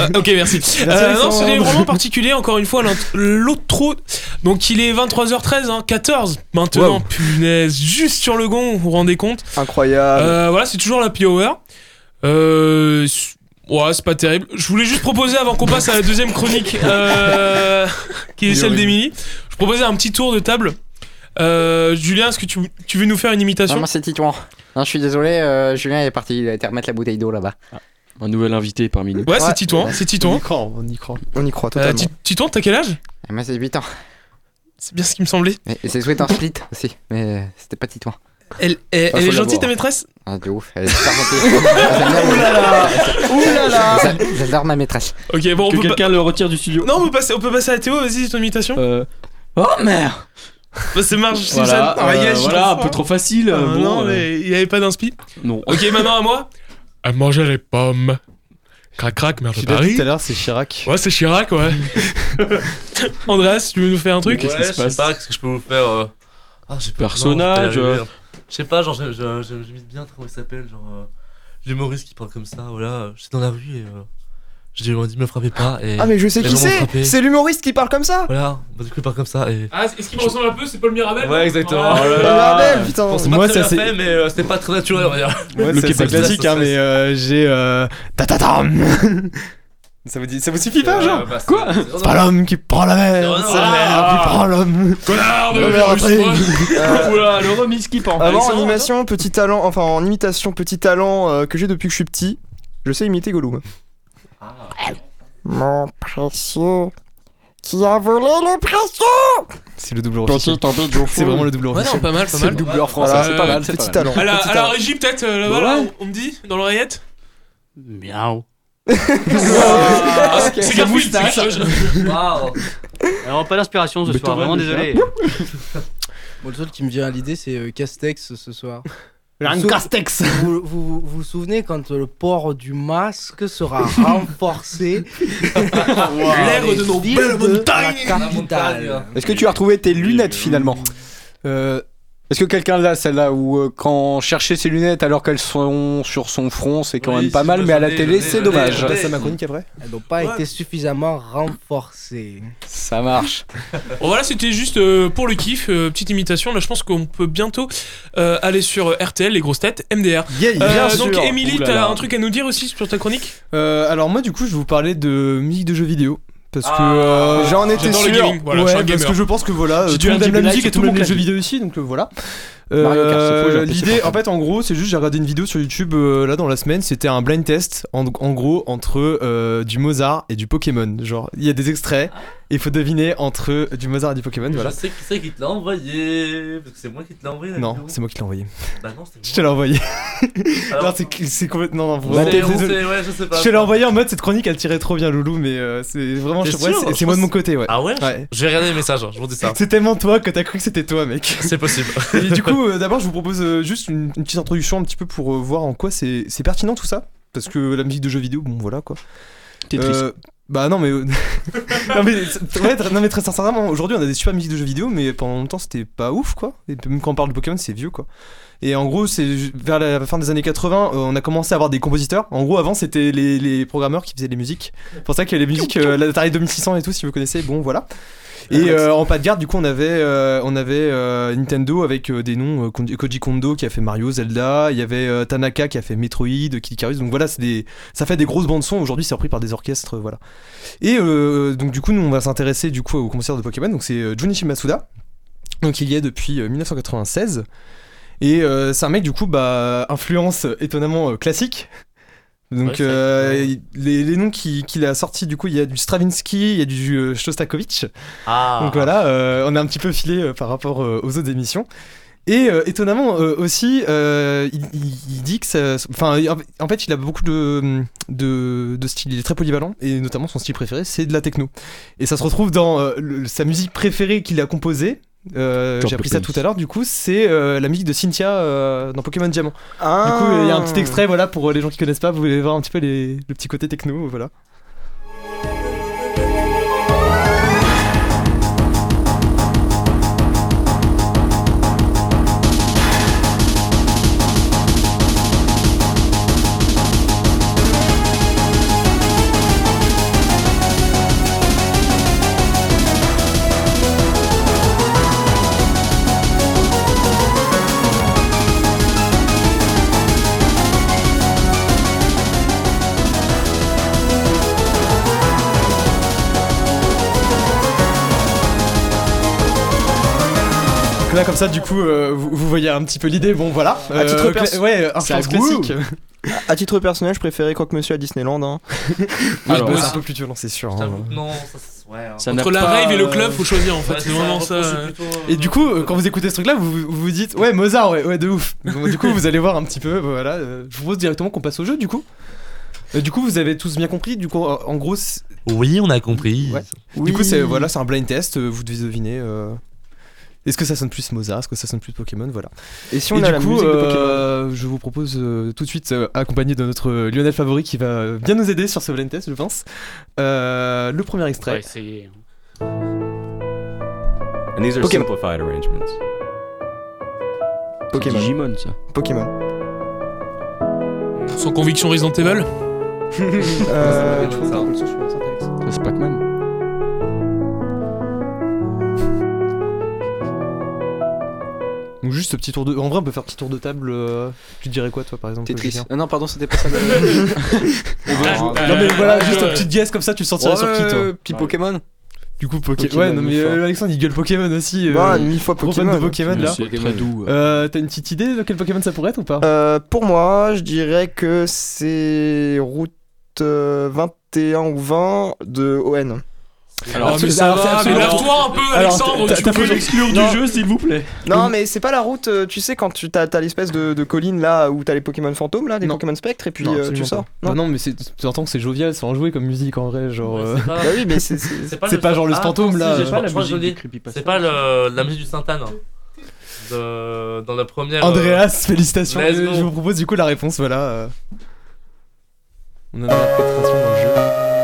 Ok, merci. Non, c'était vraiment particulier, encore une fois, l'outro. Donc il est 23h13, 14 maintenant, punaise, juste sur le gong, vous vous rendez compte? Incroyable. Voilà, c'est toujours la P-Hour. Ouais, c'est pas terrible. Je voulais juste proposer, avant qu'on passe à la deuxième chronique, qui est celle d'Emilie, je proposais un petit tour de table. Julien, est-ce que tu veux nous faire une imitation? Non, moi c'est Titouan. Non, je suis désolé, Julien est parti, il a été remettre la bouteille d'eau là-bas. Un nouvel invité parmi nous. Ouais, c'est Titouan, c'est Titouan. On y croit totalement. Titouan, t'as quel âge? Moi c'est 8 ans. C'est bien ce qui me semblait. Et c'est Sweet en Split aussi, mais c'était pas Titouan. Elle est gentille, ta maîtresse? Ah, de ouf, elle est super gentille. Oulala. J'adore ma maîtresse. Ok, bon, que quelqu'un le retire du studio. Non, on peut passer à Théo, vas-y, ton imitation. Oh merde. Bah, c'est Marge Voilà, Simpson. voilà, un peu trop facile. Bon, non, mais il n'y avait pas d'inspi. Non. Ok, maintenant à moi. Elle mangeait les pommes. Crac crac, merde de Paris. Tout à l'heure, c'est Chirac. Ouais, c'est Chirac, ouais. Andreas, tu veux nous faire un truc? Qu'est-ce qui se passe? Qu'est-ce que je peux vous faire? J'ai personnage. Je sais pas, genre j'imite bien comment il s'appelle, genre l'humoriste qui parle comme ça, voilà. J'étais dans la rue et je lui ai dit me frappez pas et Ah mais je sais qui c'est l'humoriste qui parle comme ça. Voilà, du coup il parle comme ça et... Ah, est-ce qu'il me ressemble un peu? C'est Paul Mirabel? Ouais, exactement. Mirabel, putain. Bon, c'est pas très bien fait, mais c'était pas très naturel, on va dire. Ouais, c'est classique, hein, mais j'ai tatatam. Ça vous suffit pas, genre? Quoi? C'est pas l'homme qui prend la mer, c'est la mer qui prend l'homme. Connard de Oula, le remix qui pend. Avant, en imitation, petit talent que j'ai depuis que je suis petit, je sais imiter Gollum. Mon précieux, qui a volé le précieux? C'est le doubleur officiel. C'est vraiment le doubleur officiel. Ouais, non, pas mal. C'est le doubleur français, c'est pas mal. Petit talent. À la régie, peut-être, là-bas, là, on me dit, dans l'oreillette? Miaou. C'est Garfield, c'est Waouh. Alors, pas d'inspiration ce soir, vraiment désolé. Bon, le seul qui me vient à l'idée, c'est Castex ce soir. Castex. Vous souvenez quand le port du masque sera renforcé? L'air de nos belles montagnes. La capitale. Est-ce que tu as retrouvé tes lunettes finalement? Est-ce que quelqu'un l'a celle-là où quand chercher ses lunettes alors qu'elles sont sur son front c'est quand même pas mal, mais à la télé c'est dommage. C'est ma chronique après. Elles n'ont pas été suffisamment renforcées. Ça marche. Bon voilà, c'était juste pour le kiff, petite imitation. Là je pense qu'on peut bientôt aller sur RTL, les grosses têtes, MDR. Bien donc sûr. Émilie, t'as un truc à nous dire aussi sur ta chronique? Alors moi du coup je vais vous parler de musique de jeux vidéo. Parce que j'en étais j'adore sûr. le gaming, voilà, je suis un parce gamer. que je pense que voilà, J'ai tout le monde dû aime la un musique JB et tout le monde aime les Live, jeux vidéo ici, donc voilà. Mario Kart, c'est faux, j'ai apprécié L'idée, par en fait, en gros, c'est juste j'ai regardé une vidéo sur YouTube là dans la semaine. C'était un blind test, en gros, entre du Mozart et du Pokémon. Genre, il y a des extraits et il faut deviner entre du Mozart et du Pokémon. Voilà. Je sais qui c'est qui te l'a envoyé, parce que c'est moi qui te l'ai envoyé. Non, c'est moi qui l'ai envoyé. Bah non, c'était Je te l'ai envoyé. Alors, Non, c'est complètement. Non, ouais, désolé. ouais, je sais pas. Je te l'ai envoyé en mode cette chronique elle tirait trop bien, Loulou, mais c'est vraiment. T'es Ouais, sûr? c'est moi de mon côté, ouais. Ah ouais? Ouais. J'ai regardé les messages, je vous dis ça. C'est tellement toi que t'as cru que c'était toi, mec. C'est possible. Et du coup, d'abord, je vous propose juste une petite introduction un petit peu pour voir en quoi c'est pertinent tout ça. Parce que la musique de jeux vidéo, bon voilà quoi. Tetris. Bah non mais non mais très sincèrement, aujourd'hui on a des super musiques de jeux vidéo, mais pendant longtemps c'était pas ouf quoi. Et même quand on parle de Pokémon, c'est vieux quoi. Et en gros, c'est vers la fin des années 80, on a commencé à avoir des compositeurs. En gros, avant c'était les programmeurs qui faisaient les musiques. C'est pour ça que les musiques, l'Atari 2600 et tout, si vous connaissez, bon voilà. Et en pas de garde, du coup, on avait Nintendo avec des noms Koji Kondo qui a fait Mario, Zelda. Il y avait Tanaka qui a fait Metroid, Kid Icarus. Donc voilà, ça fait des grosses bandes son. Aujourd'hui, c'est repris par des orchestres, voilà. Et donc du coup, nous, on va s'intéresser du coup aux compositeurs de Pokémon. Donc c'est Junichi Masuda. Donc il y est depuis 1996. Et c'est un mec du coup, influence étonnamment classique. Donc ouais, les noms qu'il a sortis, du coup il y a du Stravinsky, il y a du Shostakovich. Donc voilà, on est un petit peu filé par rapport aux autres émissions. Et étonnamment aussi, il dit que ça, en fait il a beaucoup de styles, il est très polyvalent et notamment son style préféré c'est de la techno. Et ça se retrouve dans sa musique préférée qu'il a composée. J'ai appris ça tout à l'heure, du coup c'est la musique de Cynthia dans Pokémon Diamant. Du coup il y a un petit extrait, voilà, pour les gens qui connaissent pas, vous voulez voir un petit peu le petit côté techno, voilà. Donc là, comme ça, du coup, vous voyez un petit peu l'idée. Bon, voilà. À titre influence classique. À titre personnel, je préférais Croque-Monsieur à Disneyland. Hein. Alors, c'est un peu plus violent, c'est sûr. Non, ça Entre la rave et le club, faut choisir en fait. C'est vraiment ça. Et du coup, quand vous écoutez ce truc-là, vous dites ouais, Mozart, ouais, de ouf. Donc, du coup, vous allez voir un petit peu. Voilà. Je vous propose directement qu'on passe au jeu, du coup. Du coup, vous avez tous bien compris. Du coup, en gros. Oui, on a compris. Ouais. Oui. Du coup, c'est un blind test. Vous devez deviner. Est-ce que ça sonne plus Mozart? Est-ce que ça sonne plus Pokémon? Voilà. Et si on a la musique de Pokémon, je vous propose tout de suite, accompagné de notre Lionel favori qui va bien nous aider sur ce blind test, je pense. Le premier extrait. On va essayer. And these are Pokémon. simplified arrangements. Pokémon. Digimon, ça. Pokémon. Sans conviction Resident Evil. C'est Pac-Man. Donc juste ce petit tour de... En vrai, on peut faire petit tour de table. Tu dirais quoi, toi, par exemple? Tetris. Non, pardon, c'était pas ça. Non, mais voilà, juste un petit guess comme ça, tu sentirais sur qui, toi? Petit Pokémon. Du coup, Pokémon. Ouais, non, mais Alexandre, il gueule Pokémon aussi. Bah, 1000 fois Gros Pokémon. fan de Pokémon, là. C'est très doux. T'as une petite idée de quel Pokémon ça pourrait être ou pas? Pour moi, je dirais que c'est route 21 ou 20 de ON. Alors, mais ça va, mais lève-toi un peu, Alexandre. Tu peux l'exclure du jeu, s'il vous plaît. Non, mais c'est pas la route, tu sais, quand tu t'as l'espèce de colline là où t'as les Pokémon fantômes là, des Pokémon spectres, et puis tu sors. Non, mais tu entends que c'est jovial, c'est enjoué comme musique en vrai, genre. Bah oui, mais c'est pas genre le fantôme là. C'est pas la musique. C'est pas la musique du Saint-Anne. Dans la première. Andreas, félicitations. Je vous propose du coup la réponse, voilà. On a la pénétration dans le jeu.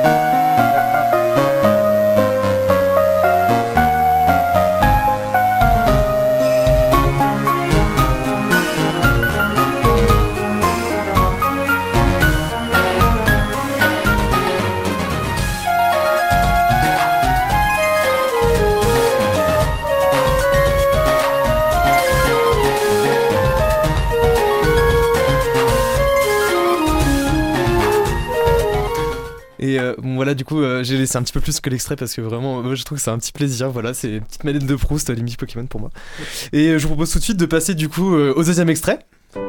Et bon voilà, du coup j'ai laissé un petit peu plus que l'extrait parce que vraiment je trouve que c'est un petit plaisir. Voilà, c'est une petite Madeleine de Proust, les musiques Pokémon pour moi. Et je vous propose tout de suite de passer du coup au deuxième extrait.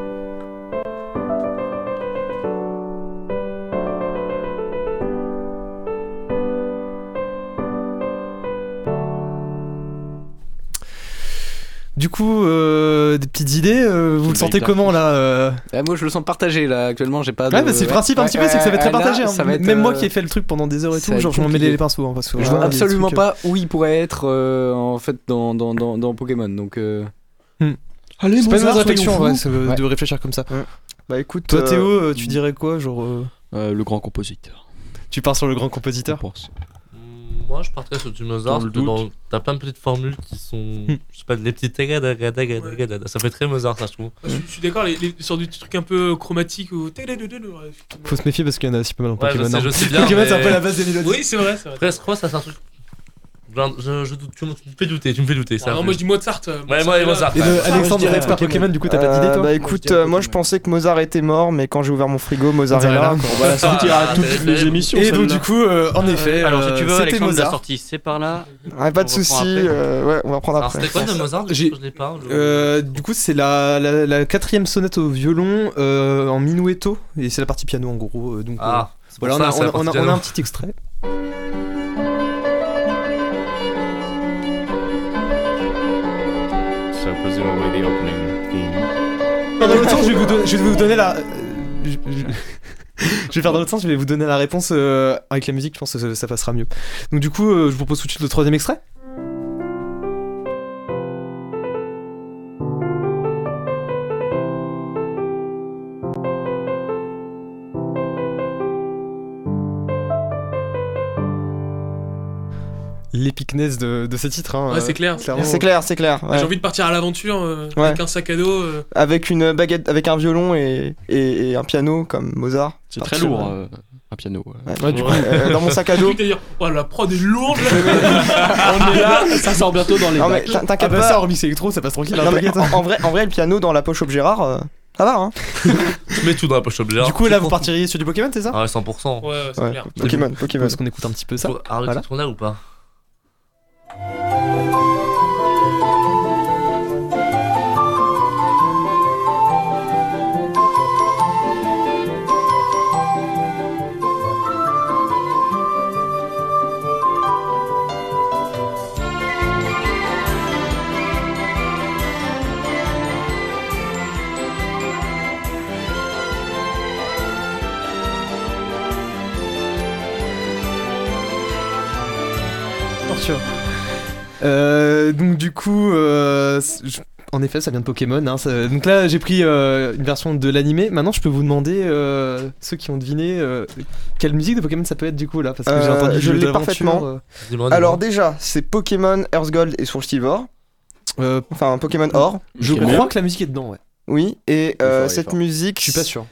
Du coup, des petites idées, vous le sentez comment là Moi je le sens partagé là, actuellement j'ai pas de... Ouais, bah c'est le principe un petit peu, c'est que ça va être très partagé. Ça va être, même moi qui ai fait le truc pendant des heures et tout, genre je m'en mêlais les pinceaux. Hein, parce que je vois absolument pas où il pourrait être en fait dans Pokémon, donc... Allez, c'est pas une mauvaise réflexion en vrai, de réfléchir comme ça. Bah écoute... Toi Théo, tu dirais quoi, genre... Le grand compositeur. Tu pars sur le grand compositeur? Moi je partirais sur du Mozart, parce que t'as plein de petites formules qui sont, je sais pas, des petites ça fait très Mozart ça je trouve. Je suis d'accord, sur des trucs un peu chromatiques ou... Faut se méfier parce qu'il y en a aussi pas mal en Pokémon. Je sais bien, Pokémon c'est un peu la base des mélodies. Oui c'est vrai. Après je crois que ça c'est un truc... Je doute, tu me fais douter. Ça non, moi je dis Mozart. Ouais, moi Mozart. Et Alexandre, expert Pokémon, du coup t'as pas d'idée toi? Bah écoute, moi je pensais que Mozart était mort, mais quand j'ai ouvert mon frigo, Mozart est là. On va la sortir à toutes les émissions. Et donc du coup, en effet, alors si tu veux, c'était Alexandre l'a Mozart. sorti, c'est par là. Ouais, pas de soucis, ouais, on va prendre Alors après. c'était quoi de Mozart? Je l'ai pas. Du coup, c'est la quatrième sonate au violon en minuetto, et c'est la partie piano en gros. Donc voilà, on a un petit extrait. So presumably the opening theme. Dans l'autre sens, je vais vous donner la... Je vais faire dans l'autre sens, je vais vous donner la réponse avec la musique, je pense que ça passera mieux. Donc du coup, je vous propose tout de suite le troisième extrait. L'épicness de ce titre. Hein, ouais, c'est clair. C'est clair. Ouais. J'ai envie de partir à l'aventure avec un sac à dos. Avec une baguette, avec un violon et un piano comme Mozart. C'est très lourd, un piano. Ouais, du coup, dans mon sac à dos. Dire, oh, la prod est lourde. On est là, ça sort bientôt dans les bacs. T'inquiète pas. Ça, en remix électro, ça passe tranquille. Non, mais en vrai, le piano dans la poche Ob Gérard, ça va, hein. Tu mets tout dans la poche Ob Gérard. Du coup, là, vous partiriez sur du Pokémon, c'est ça? Ah ouais, 100%. Ouais, c'est clair. Pokémon. Est-ce qu'on écoute un petit peu ça? Arrêtez de tourner ou pas? torture. Donc du coup, en effet, ça vient de Pokémon. Hein, donc là, j'ai pris une version de l'animé. Maintenant, je peux vous demander, ceux qui ont deviné, quelle musique de Pokémon ça peut être du coup là, parce que j'ai entendu je jeu l'ai d'aventure, parfaitement. Alors déjà, c'est Pokémon Earth Gold et Soul Silver. Enfin, Pokémon Or. Je crois que la musique est dedans, ouais. Oui, et cette musique. Je suis pas sûr.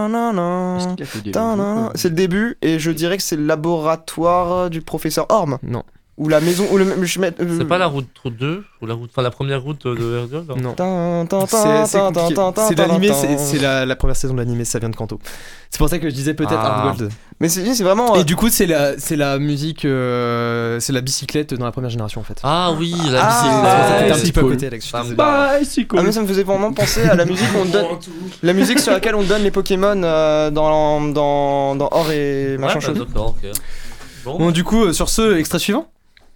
C'est le début, et je dirais que c'est le laboratoire du professeur Orm. Non. Ou la maison. Ou C'est pas la route 2 ou la première route de Hergol? Non. C'est compliqué. C'est l'animé, c'est la première saison de l'animé, ça vient de Kanto. C'est pour ça que je disais peut-être Hard Gold. Mais c'est vraiment. Et du coup, c'est la musique, c'est la bicyclette dans la première génération en fait. Ah oui, la bicyclette. C'était un petit peu à côté, Alex. Mais ça me faisait vraiment penser à la musique où on donne. La musique sur laquelle on donne les Pokémon dans Or et machin chose. D'accord, ok. Bon, du coup, sur ce, extrait suivant.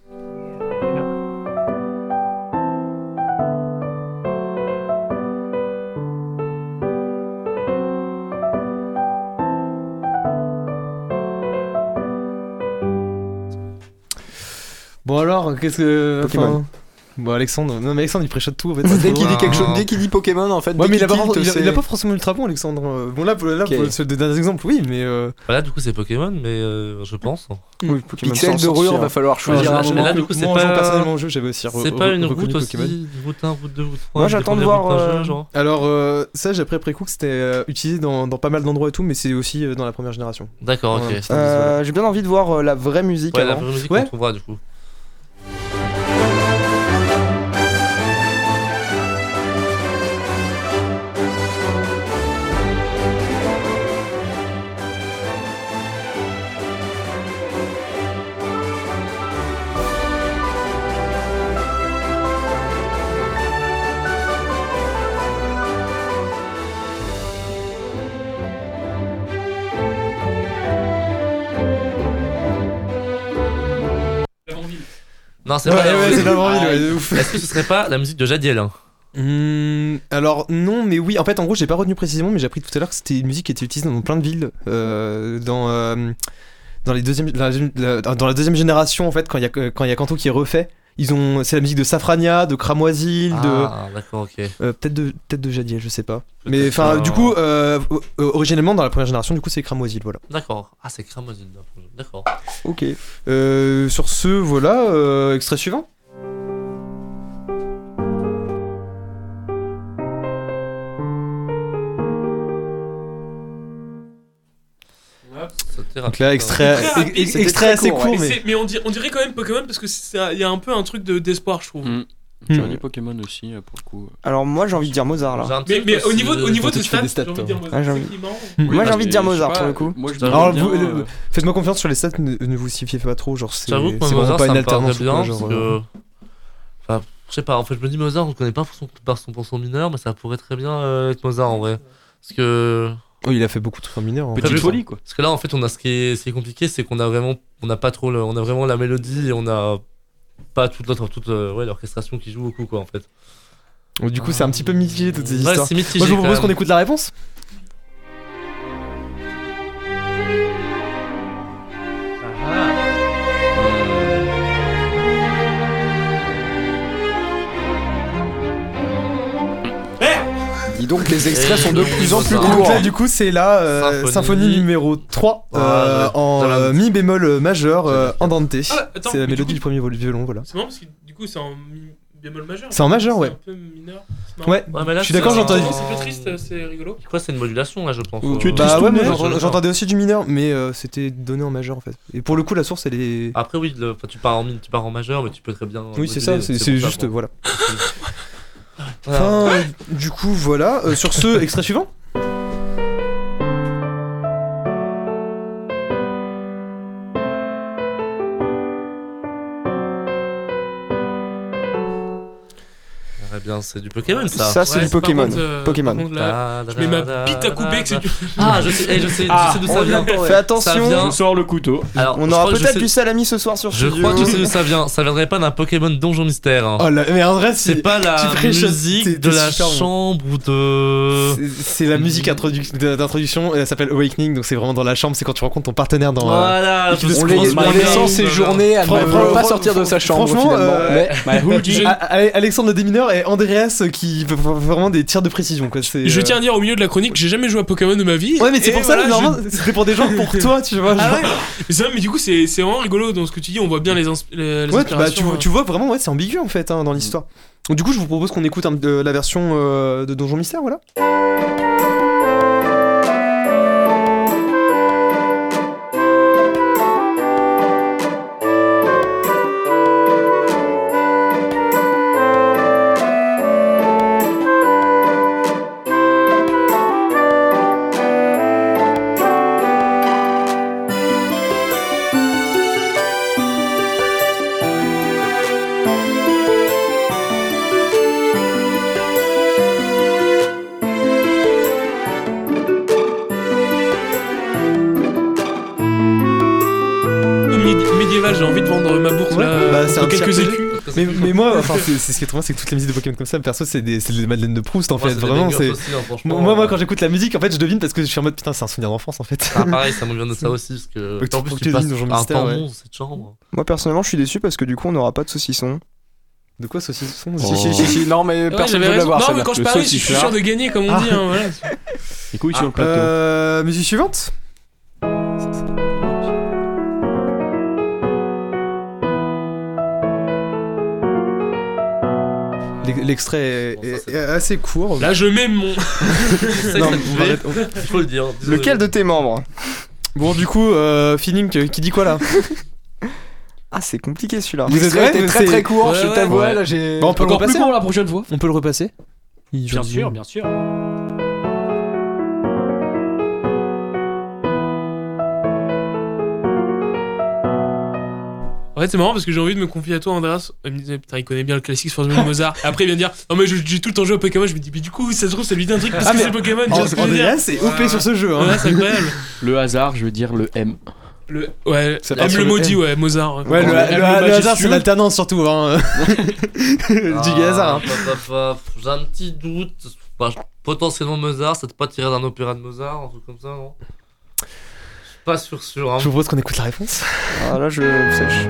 Bon alors, qu'est-ce que... Pokémon. Bon Alexandre, non mais Alexandre il préchote tout en fait. Dès qu'il dit quelque chose, dès qu'il dit Pokémon en fait. Ouais mais il a a pas forcément ultra bon Alexandre. Bon là pour ce dernier exemple oui mais. Là du coup c'est Pokémon mais je pense. Oui Pokémon. Pixel de rure va falloir choisir un Mais moment. là du coup c'est moi, pas. Personnellement au jeu j'avais aussi. C'est pas une route Pokémon. aussi, route 1, route 2, route 3. Moi j'attends de voir. Alors ça j'ai appris après coup que c'était utilisé dans pas mal d'endroits et tout mais c'est aussi dans la première génération. D'accord ok. J'ai bien envie de voir la vraie musique. Ouais la vraie musique qu'on trouvera du coup. Non, c'est pas c'est Lavanville, de ouf. Est-ce que ce serait pas la musique de Jadiel Alors non mais oui en fait en gros j'ai pas retenu précisément mais j'ai appris tout à l'heure que c'était une musique qui était utilisée dans plein de villes dans la deuxième génération en fait quand il y a Kanto qui est refait c'est la musique de Safrania, de Cramoisil, d'accord, ok. peut-être de Jadiel, je sais pas. Mais enfin du coup originellement dans la première génération du coup c'est Cramoisil voilà. D'accord. Ah c'est Cramoisil d'accord. Ok. Sur ce voilà extrait suivant. Donc là, extrait assez court, mais on dirait quand même Pokémon parce que il y a un peu un truc d'espoir, je trouve. J'aurais dit Pokémon aussi pour le coup. Alors moi j'ai envie de dire Mozart là. Mais au niveau de stats, j'ai envie de dire Mozart. Moi j'ai envie de dire Mozart pour le coup. Alors faites-moi confiance sur les stats, ne vous fiez pas trop, genre c'est vraiment pas une alternance bien genre. Enfin, je sais pas, en fait je me dis Mozart on connaît pas pour son mineur mais ça pourrait très bien être Mozart en vrai. Parce que oh, il a fait beaucoup de trucs mineurs. Petite folie quoi. Parce que là en fait on a ce qui est compliqué c'est qu'on a vraiment on a vraiment la mélodie et on a pas toute l'orchestration qui joue beaucoup quoi en fait. Donc, du coup c'est un petit peu mitigé toutes ces histoires. C'est mitigé, moi je vous propose qu'on écoute la réponse. Dis donc les extraits sont de plus en plus Donc courts. là du coup c'est la symphonie numéro 3 en mi bémol majeur andante. C'est la mélodie du premier violon voilà. C'est marrant parce que du coup c'est en mi bémol majeur. C'est en majeur ouais. C'est un peu mineur. Ouais, je suis d'accord, j'entends. C'est plus triste, c'est rigolo. Je crois que c'est une modulation là je pense. Bah ouais mais j'entendais aussi du mineur mais c'était donné en majeur en fait. Et pour le coup la source elle est... Après oui, tu pars en majeur mais tu peux très bien... Oui c'est ça, c'est juste voilà. Enfin, du coup voilà, sur ce extrait suivant. Eh bien, c'est du Pokémon ça. Ça, c'est du Pokémon. Pokémon. Par contre, là, je mets ma bite à couper que c'est du. Ah, je sais d'où ça vient. Fais attention. Je sors le couteau. Alors, On je aura crois que peut-être je sais- du salami ce soir sur Je Studio. crois que je sais d'où ça vient. Ça viendrait pas d'un Pokémon Donjon Mystère. Hein. Oh là, mais en vrai, C'est pas la tu ferais chose- musique t'es de la super bon. chambre ou de. C'est la musique d'introduction, elle s'appelle Awakening, donc c'est vraiment dans la chambre, c'est quand tu rencontres ton partenaire dans. Voilà, l'équipe de On secours. les sent séjourner à ne pas sortir de sa chambre Franchement, finalement. Mais Alexandre Desmineurs et Andreas qui font vraiment des tirs de précision. Quoi. Je tiens à dire au milieu de la chronique, j'ai jamais joué à Pokémon de ma vie. Ouais, mais c'est Et pour ça, voilà, normalement, c'était pour des gens pour toi, tu vois. Ah genre. ouais. Mais c'est vrai, mais du coup, c'est vraiment rigolo dans ce que tu dis. On voit bien les Ouais, inspirations. tu vois vraiment, ouais, c'est ambigu en fait dans l'histoire. Donc, du coup, je vous propose qu'on écoute la version de Donjon Mystère, voilà. Médiéval, j'ai envie de vendre ma bourse là c'est pour un quelques petit écus. mais moi, enfin, c'est ce qui est trop bien, c'est que toutes les musiques de Pokémon comme ça, perso, c'est des Madeleines de Proust en fait. Vraiment, c'est. Moi, quand j'écoute la musique, en fait, je devine parce que je suis en mode putain, c'est un souvenir d'enfance en fait. Ah, pareil, ça me vient de ça aussi. Parce que. En plus, tu passes un temps bon cette chambre. Moi, personnellement, je suis déçu parce que du coup, on n'aura pas de saucisson. De quoi saucisson Si, non, mais personne ne veut raison. l'avoir. Non, mais quand je parie, je suis sûr de gagner, comme on dit. Hein, voilà. Les couilles sur le plateau. Musique suivante. L'extrait est assez court. Là, je mets mon. Non, on va arrêter. Il faut le dire. Lequel de tes membres? Bon, du coup, Feeling qui dit quoi là? Ah, c'est compliqué celui-là. Vous êtes C'était très très court, je t'avoue. ouais. Là, j'ai. Bon, on peut le Encore plus repasser. pour la prochaine fois. On peut le repasser. Bien sûr, bien sûr. En fait, c'est marrant parce que j'ai envie de me confier à toi, Andreas. Il me disait, putain, il connaît bien le classique sur Mozart. Après, il vient de dire, non, mais j'ai tout le temps joué à Pokémon. Je me dis, mais du coup, ça se trouve, ça lui dit un truc parce que c'est Pokémon. Andreas, c'est OP sur ce jeu. Hein. Ouais, c'est incroyable. Le hasard, je veux dire le M. Ouais, Ça M part sur le le maudit, M. ouais, Mozart. Ouais, le hasard, c'est l'alternance surtout. Hein. Du hasard. J'ai un petit doute. Bah, potentiellement Mozart, c'est pas tiré d'un opéra de Mozart, un truc comme ça, non? Je suis pas sûr. Hein. Je vous propose qu'on écoute la réponse. Ah, là, je sèche.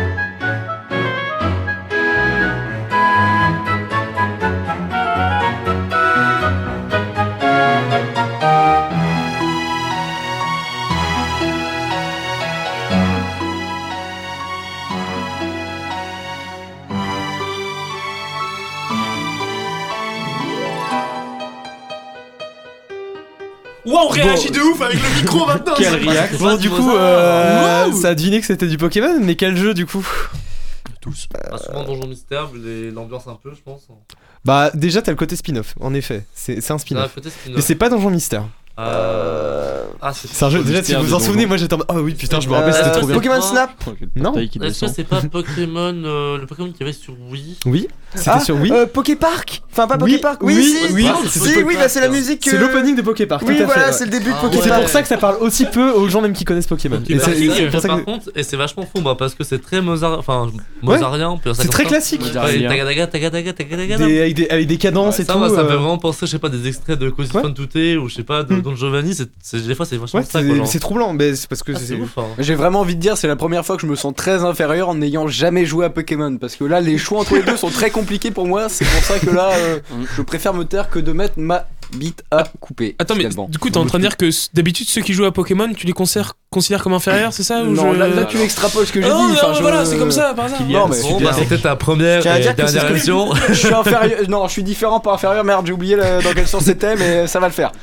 Ouah, on réagit de ouf avec le micro maintenant. Quel réac. Bon, du coup, ça a deviné que c'était du Pokémon, mais quel jeu du coup? Tous. Souvent Donjon Mystère, vu l'ambiance un peu, je pense. Bah, déjà, t'as le côté spin-off, en effet. C'est un C'est un spin-off. côté spin-off. Mais c'est pas Donjon Mystère. Ah, C'est un jeu, déjà, si vous vous en souvenez, moi j'étais en mode, oh oui, putain, je me rappelle, c'était trop bien. Pokémon Snap. Non. Est-ce que c'est pas Pokémon, le Pokémon qu'il y avait sur Wii? Oui, c'était sur Wii. Poképark. Enfin, pas Oui, Poképark. oui, si. oui, Si, oui, bah c'est la musique. C'est l'opening de Poképark. Oui, tout à voilà, fait, c'est ouais. le début de Et c'est Poképark. pour ça que ça parle aussi peu aux gens même qui connaissent Pokémon. Et c'est pour ça Par que contre, et c'est vachement fou, bah, parce que c'est très mozarien. on peut dire ça c'est comme très ça. classique. Ouais, tagadaga. Avec des cadences et Ça, tout. moi, ça me fait vraiment penser, je sais pas, des extraits de Così fan tutte ou je sais pas, de Don Giovanni. Des fois, c'est vachement Ouais, ça, quoi. c'est troublant, mais c'est parce que C'est ouf, hein. J'ai vraiment envie de dire, c'est la première fois que je me sens très inférieur en n'ayant jamais joué à Pokémon. Parce que là, les choix entre les deux sont très compliqués pour moi. C'est pour ça que là, je préfère me taire que de mettre ma bite à couper. Attends, mais finalement. du coup, t'es en train de dire que d'habitude, ceux qui jouent à Pokémon, tu les considères comme inférieurs, c'est ça ou Non, je- là, tu extrapoles ce que j'ai Non, dit. non, Enfin, voilà, c'est comme ça, par hasard. Non, mais Bon, bah, c'était ta première Tiens à et dire que c'est dernière ce que- émission. je suis inférieur. Non, je suis différent, pas inférieur. Merde, j'ai oublié dans quel sens c'était, mais ça va le faire.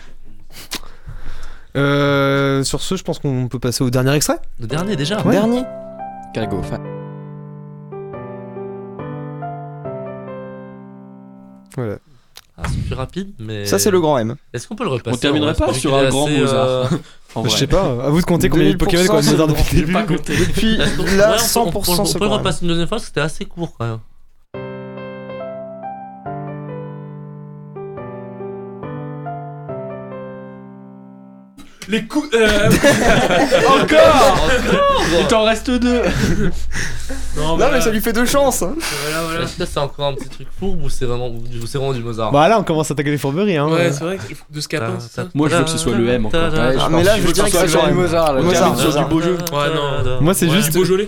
Sur ce, je pense qu'on peut passer au dernier extrait. Le dernier déjà. Ouais. Dernier. Cargo. Voilà. Ah, c'est plus rapide, mais. Ça, c'est le grand M. Est-ce qu'on peut le repasser? On terminerait en vrai, pas parce sur qu'il un est grand assez, Mozart. En Je vrai. sais pas, à vous de compter combien il y a de Pokémon et combien de Mozart depuis le début. Depuis Est-ce qu'on- là, ouais, 100% on c'est peut le grand M. repasser une deuxième fois parce que c'était assez court quand même. Les coups. Encore. Il t'en reste 2. Non, mais ça lui fait 2 chances. Voilà. Est-ce que c'est encore un petit truc fourbe ou c'est vraiment du Mozart? Bah là, on commence à attaquer les fourberies. Hein, Ouais, c'est vrai, de Scapin, c'est ça. Moi, je veux que ce soit le M encore. Mais là, je veux dire que c'est genre du Mozart. Sur du beau jeu. Ouais, non. Moi, c'est juste. Du Beaujolais.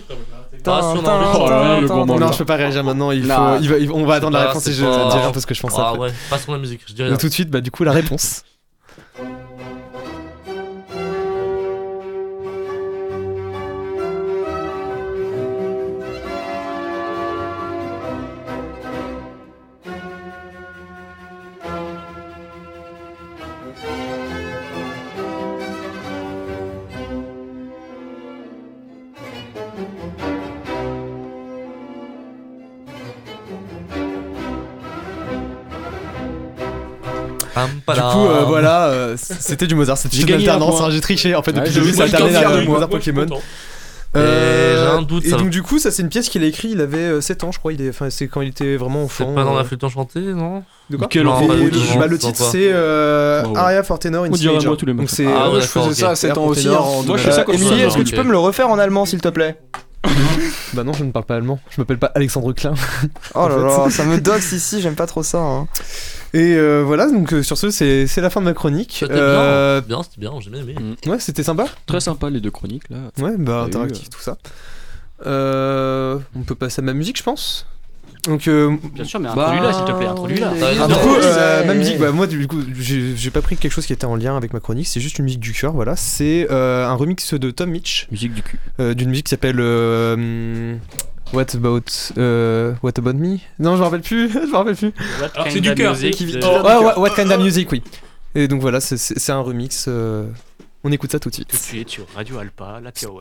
Non, je peux pas réagir maintenant. On va attendre la réponse et je dirai un peu ce que je pense Ah après. ouais, passons la musique, je dirais. Donc tout de suite, bah du coup, la réponse. Du coup, voilà, c'était du Mozart, c'était une alternance, hein, j'ai triché en fait depuis le début, c'est alterné à Mozart Pokémon. J'ai un doute. Et donc, du coup, ça, c'est une pièce qu'il a écrit, il avait 7 ans, je crois, c'est quand il était vraiment enfant. C'est pas dans la flûte enchantée, non? De quoi? Le titre, c'est Aria for Tenor in C major. Donc, c'est. Je faisais ça à 7 ans aussi. Moi, je fais ça quand Émilie, est-ce que tu peux me le refaire en allemand, s'il te plaît? Bah non, je ne parle pas allemand, je m'appelle pas Alexandre Klein. Oh là là, ça me doxe ici, j'aime pas trop ça. Hein. Et voilà, donc sur ce, c'est la fin de ma chronique. C'était bien, j'ai bien aimé. Ouais, c'était sympa. Très sympa les 2 chroniques là. Ouais, bah interactif tout ça. On peut passer à ma musique, je pense. Donc, bien sûr, mais introduis-la s'il te plaît, introduis-la. Du coup, ma musique, bah moi du coup, j'ai pas pris quelque chose qui était en lien avec ma chronique, c'est juste une musique du cœur, voilà. C'est un remix de Tom Mitch. Musique du cul. D'une musique qui s'appelle What About Me? Non, je me rappelle plus. Alors, c'est du cœur. What Kind of Music, oui. Et donc voilà, c'est un remix. On écoute ça tout de suite. Tout de suite sur Radio Alpa, la Power.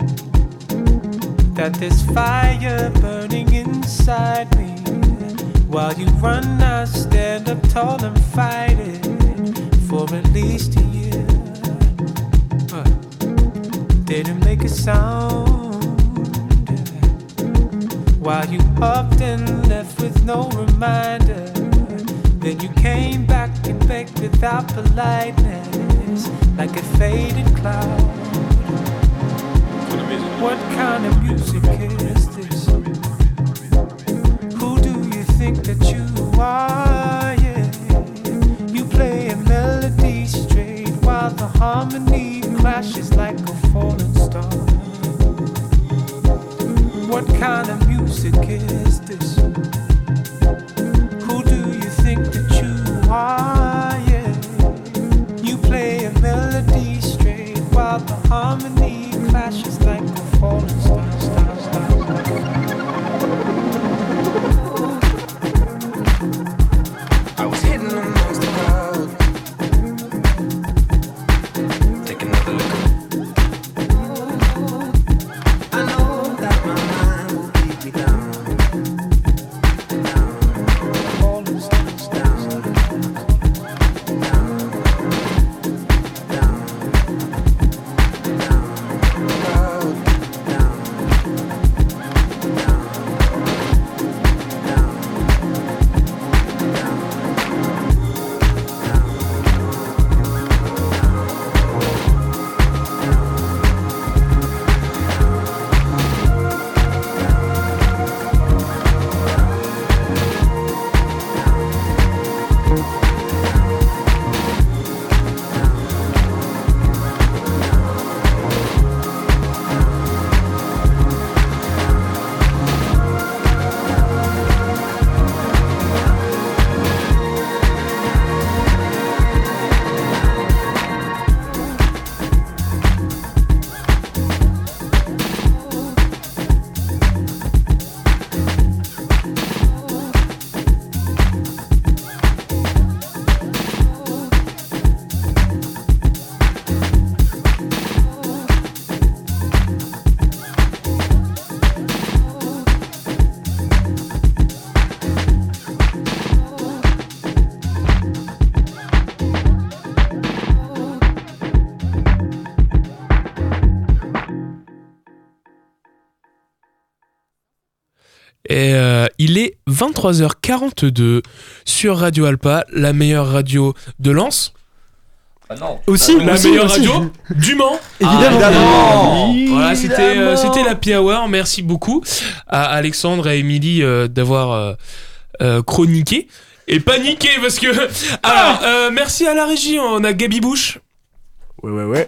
That this fire burning inside me While you run, I stand up tall and fight it for at least a year. Didn't make a sound. While you upped and left with no reminder. Then you came back and begged without politeness, like a faded cloud. What kind of music is this? Who do you think that you are? Yeah, you play a melody straight while the harmony clashes like a falling star. What kind of music is this? Who do you think that you are? Yeah, you play a melody straight while the harmony clashes like a falling star. I was hidden amongst the crowd. Take another look. I know that my mind will keep me down. Et il est 23h42 sur Radio Alpa, la meilleure radio de Lens. Ah non. Aussi, la meilleure radio du Mans. Évidemment. Voilà, c'était la Happy Hour. Merci beaucoup à Alexandre et à Émilie d'avoir chroniqué et paniqué parce que. Alors, merci à la régie. On a Gabi Bouche. Ouais.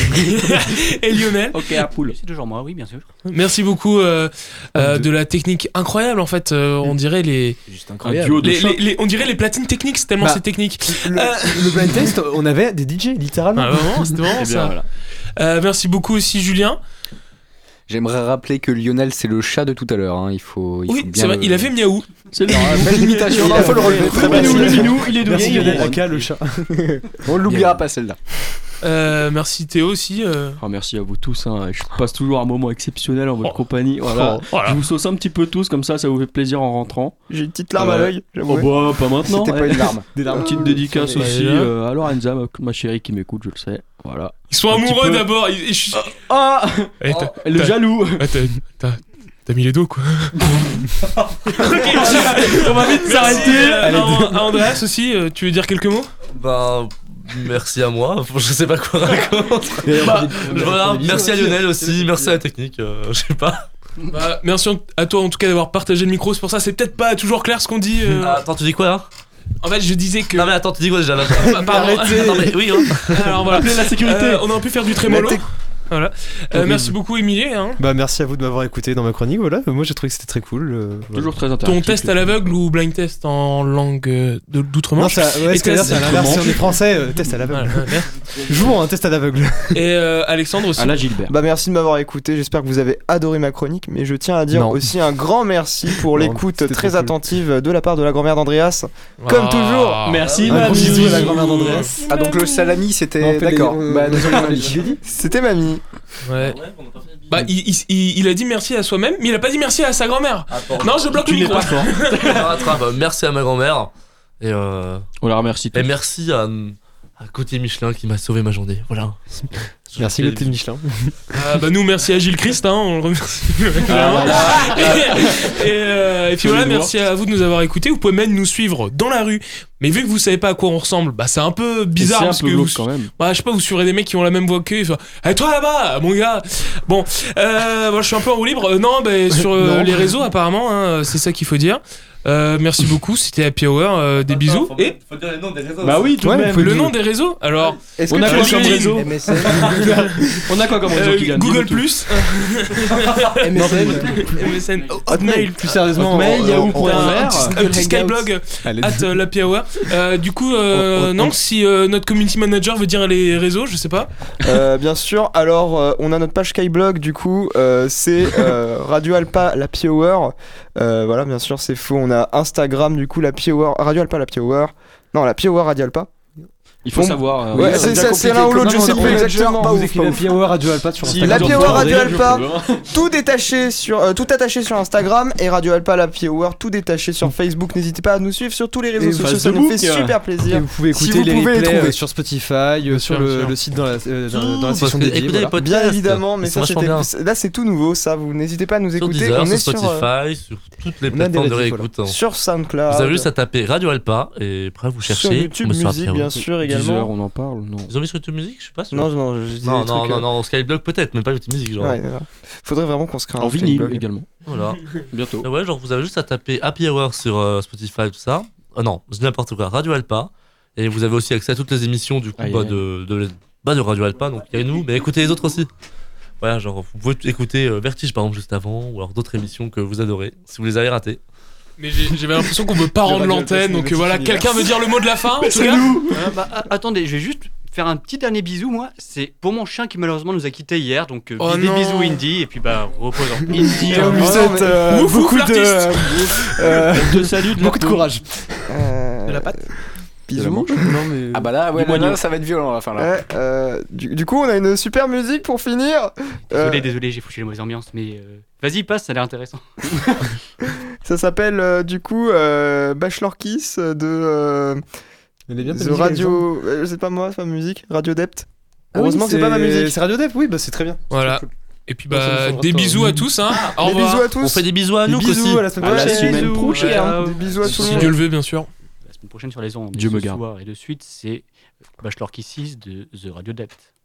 Et Lionel. Ok, à poule. C'est toujours moi, oui, bien sûr. Merci beaucoup de la technique incroyable en fait. On dirait les. Juste incroyable. On dirait les platines techniques, c'est tellement c'est technique. Le blind test, on avait des DJ littéralement. Ah, vraiment, c'était vraiment ça. Voilà. Merci beaucoup aussi Julien. J'aimerais rappeler que Lionel c'est le chat de tout à l'heure. Hein. Il faut oui, bien c'est vrai. Il a fait miaou. C'est le belle imitation. Il faut le relever. Très bien. Le minou, il est de Merci Lionel, Aka le chat. On l'oubliera pas celle-là. Merci Théo aussi. Merci à vous tous. Hein. Je passe toujours un moment exceptionnel en votre compagnie. Voilà. Je vous sauce un petit peu tous, comme ça vous fait plaisir en rentrant. J'ai une petite larme à l'œil. Oh bah, pas maintenant. C'était pas une larme. Une petite dédicace aussi à Lorenza, ma chérie qui m'écoute, je le sais. Voilà. Ils sont amoureux d'abord. Le jaloux. T'as mis les dos quoi. On va vite s'arrêter. À Andreas aussi, tu veux dire quelques mots? Bah. Merci à moi, je sais pas quoi raconter. Merci à Lionel aussi, merci à la technique, je sais pas. Bah, merci à toi en tout cas d'avoir partagé le micro, c'est pour ça c'est peut-être pas toujours clair ce qu'on dit. Attends, tu dis quoi là? En fait, je disais que. Non, mais attends, tu dis quoi déjà là? Pardon. Attends, mais oui, hein. Alors voilà. Appelez la sécurité. On aurait pu faire du trémolo. Voilà. Merci beaucoup Émilie. Hein. Bah merci à vous de m'avoir écouté dans ma chronique. Voilà, moi j'ai trouvé que c'était très cool. Toujours très intéressant. Ton test à l'aveugle ou blind test en langue d'outre-Manche? Non, c'est à l'inverse. Si on est français, test à l'aveugle. Jouons un test à l'aveugle. Et Alexandre aussi. À la Gilbert. Bah merci de m'avoir écouté. J'espère que vous avez adoré ma chronique, mais je tiens à dire aussi un grand merci pour l'écoute très attentive de la part de la grand-mère d'Andreas. Comme toujours. Merci. Un gros bisou à la grand-mère d'Andreas. Ah donc le salami c'était d'accord. Bah désolé, c'était mamie. Ouais. On a pas fait Bah, il a dit merci à soi-même, mais il a pas dit merci à sa grand-mère. Non, je bloque le micro. Merci à ma grand-mère. Et on la remercie tous. Et merci à Côté Michelin qui m'a sauvé ma journée. Voilà. Merci Côté Michelin. Bah nous merci à Gilles Christ, hein, on le remercie. Et puis voilà, merci à vous de nous avoir écoutés. Vous pouvez même nous suivre dans la rue. Mais vu que vous savez pas à quoi on ressemble, bah c'est un peu bizarre parce que vous, quand même. Bah je sais pas, vous suivrez des mecs qui ont la même voix qu'eux. Hey, toi là-bas, mon gars. Bon, moi je suis un peu en roue libre. Non, bah sur les réseaux apparemment, hein, c'est ça qu'il faut dire. Merci beaucoup, c'était Happy Hour, des bisous. Et faut dire les noms des réseaux. Bah oui, tout de même. Le nom des réseaux. Alors, on a quoi comme réseau? On a quoi comme réseau qui gagne? Google Plus, MSN, Hotmail, plus sérieusement, Hotmail, Yahoo.fr, un petit Skyblog @l'Happy Hour. Du coup, non, si notre community manager veut dire les réseaux, je sais pas. Bien sûr. Alors, on a notre page Skyblog. Du coup, c'est Radio Alpa l'Happy Hour. Voilà, bien sûr, c'est faux. On a Instagram, du coup, l'Happy Hour, Radio Alpa l'Happy Hour. Non, l'Happy Hour Radio Alpa. Il faut savoir. Ouais, c'est l'un ou l'autre, je sais plus exactement. Vous écrivez l'Happy Hour Radio Alpa sur Instagram. L'Happy Hour Radio Alpa, tout attaché sur Instagram, et Radio Alpa l'Happy Hour, tout détaché sur Facebook. N'hésitez pas à nous suivre sur tous les réseaux sociaux, ça nous fait super plaisir. Et vous pouvez écouter les replays sur Spotify, sur le site dans la section dédiée. Bien évidemment, mais ça là c'est tout nouveau, ça. Vous n'hésitez pas à nous écouter. On est sur Spotify, sur toutes les plateformes de réécoute. Sur SoundCloud. Vous avez juste à taper Radio Alpa et après vous cherchez. Sur YouTube Musique, bien sûr. On en parle, non. Ils ont mis sur YouTube Musique, je sais pas. Non, Skyblog peut-être, mais pas YouTube Musique, genre. Ouais, faudrait vraiment qu'on se crée en vinyle également. Voilà. Bientôt. Ouais, genre vous avez juste à taper Happy Hour sur Spotify, tout ça. Non, je dis n'importe quoi. Radio Alpa. Et vous avez aussi accès à toutes les émissions du coup de Radio Alpa. Donc il y a nous, mais écoutez les autres aussi. Voilà, genre vous pouvez écouter Vertige par exemple juste avant, ou alors d'autres émissions que vous adorez si vous les avez ratées. Mais j'avais l'impression qu'on veut pas rendre l'antenne, donc voilà, quelqu'un veut dire le mot de la fin en tout cas. Attendez, je vais juste faire un petit dernier bisou, moi. C'est pour mon chien qui malheureusement nous a quittés hier, donc des bisous Indy, et puis reposant. Indy, vous êtes beaucoup de salut, beaucoup de courage. De la patte. Bisous. Non, mais... Ah bah là, ouais, là, ça va être violent à la fin là. Du coup, on a une super musique pour finir. Désolé, j'ai foutu les mauvaises ambiances, mais vas-y, passe, ça a l'air intéressant. Ça s'appelle du coup Bachelor Kiss de The Radio. C'est pas moi, c'est pas ma musique. Radio Dept. Heureusement que c'est pas ma musique. C'est Radio Dept, oui, bah c'est très bien. Voilà. Et puis des bisous à tous, hein. Au revoir. Bisous à tous. On fait des bisous à nous aussi. Bisous à la semaine prochaine. Des bisous à tout le monde. Si Dieu le veut, bien sûr. La semaine prochaine sur les ondes. Dieu me garde. Et de suite, c'est Bachelor Kisses de The Radio Dept.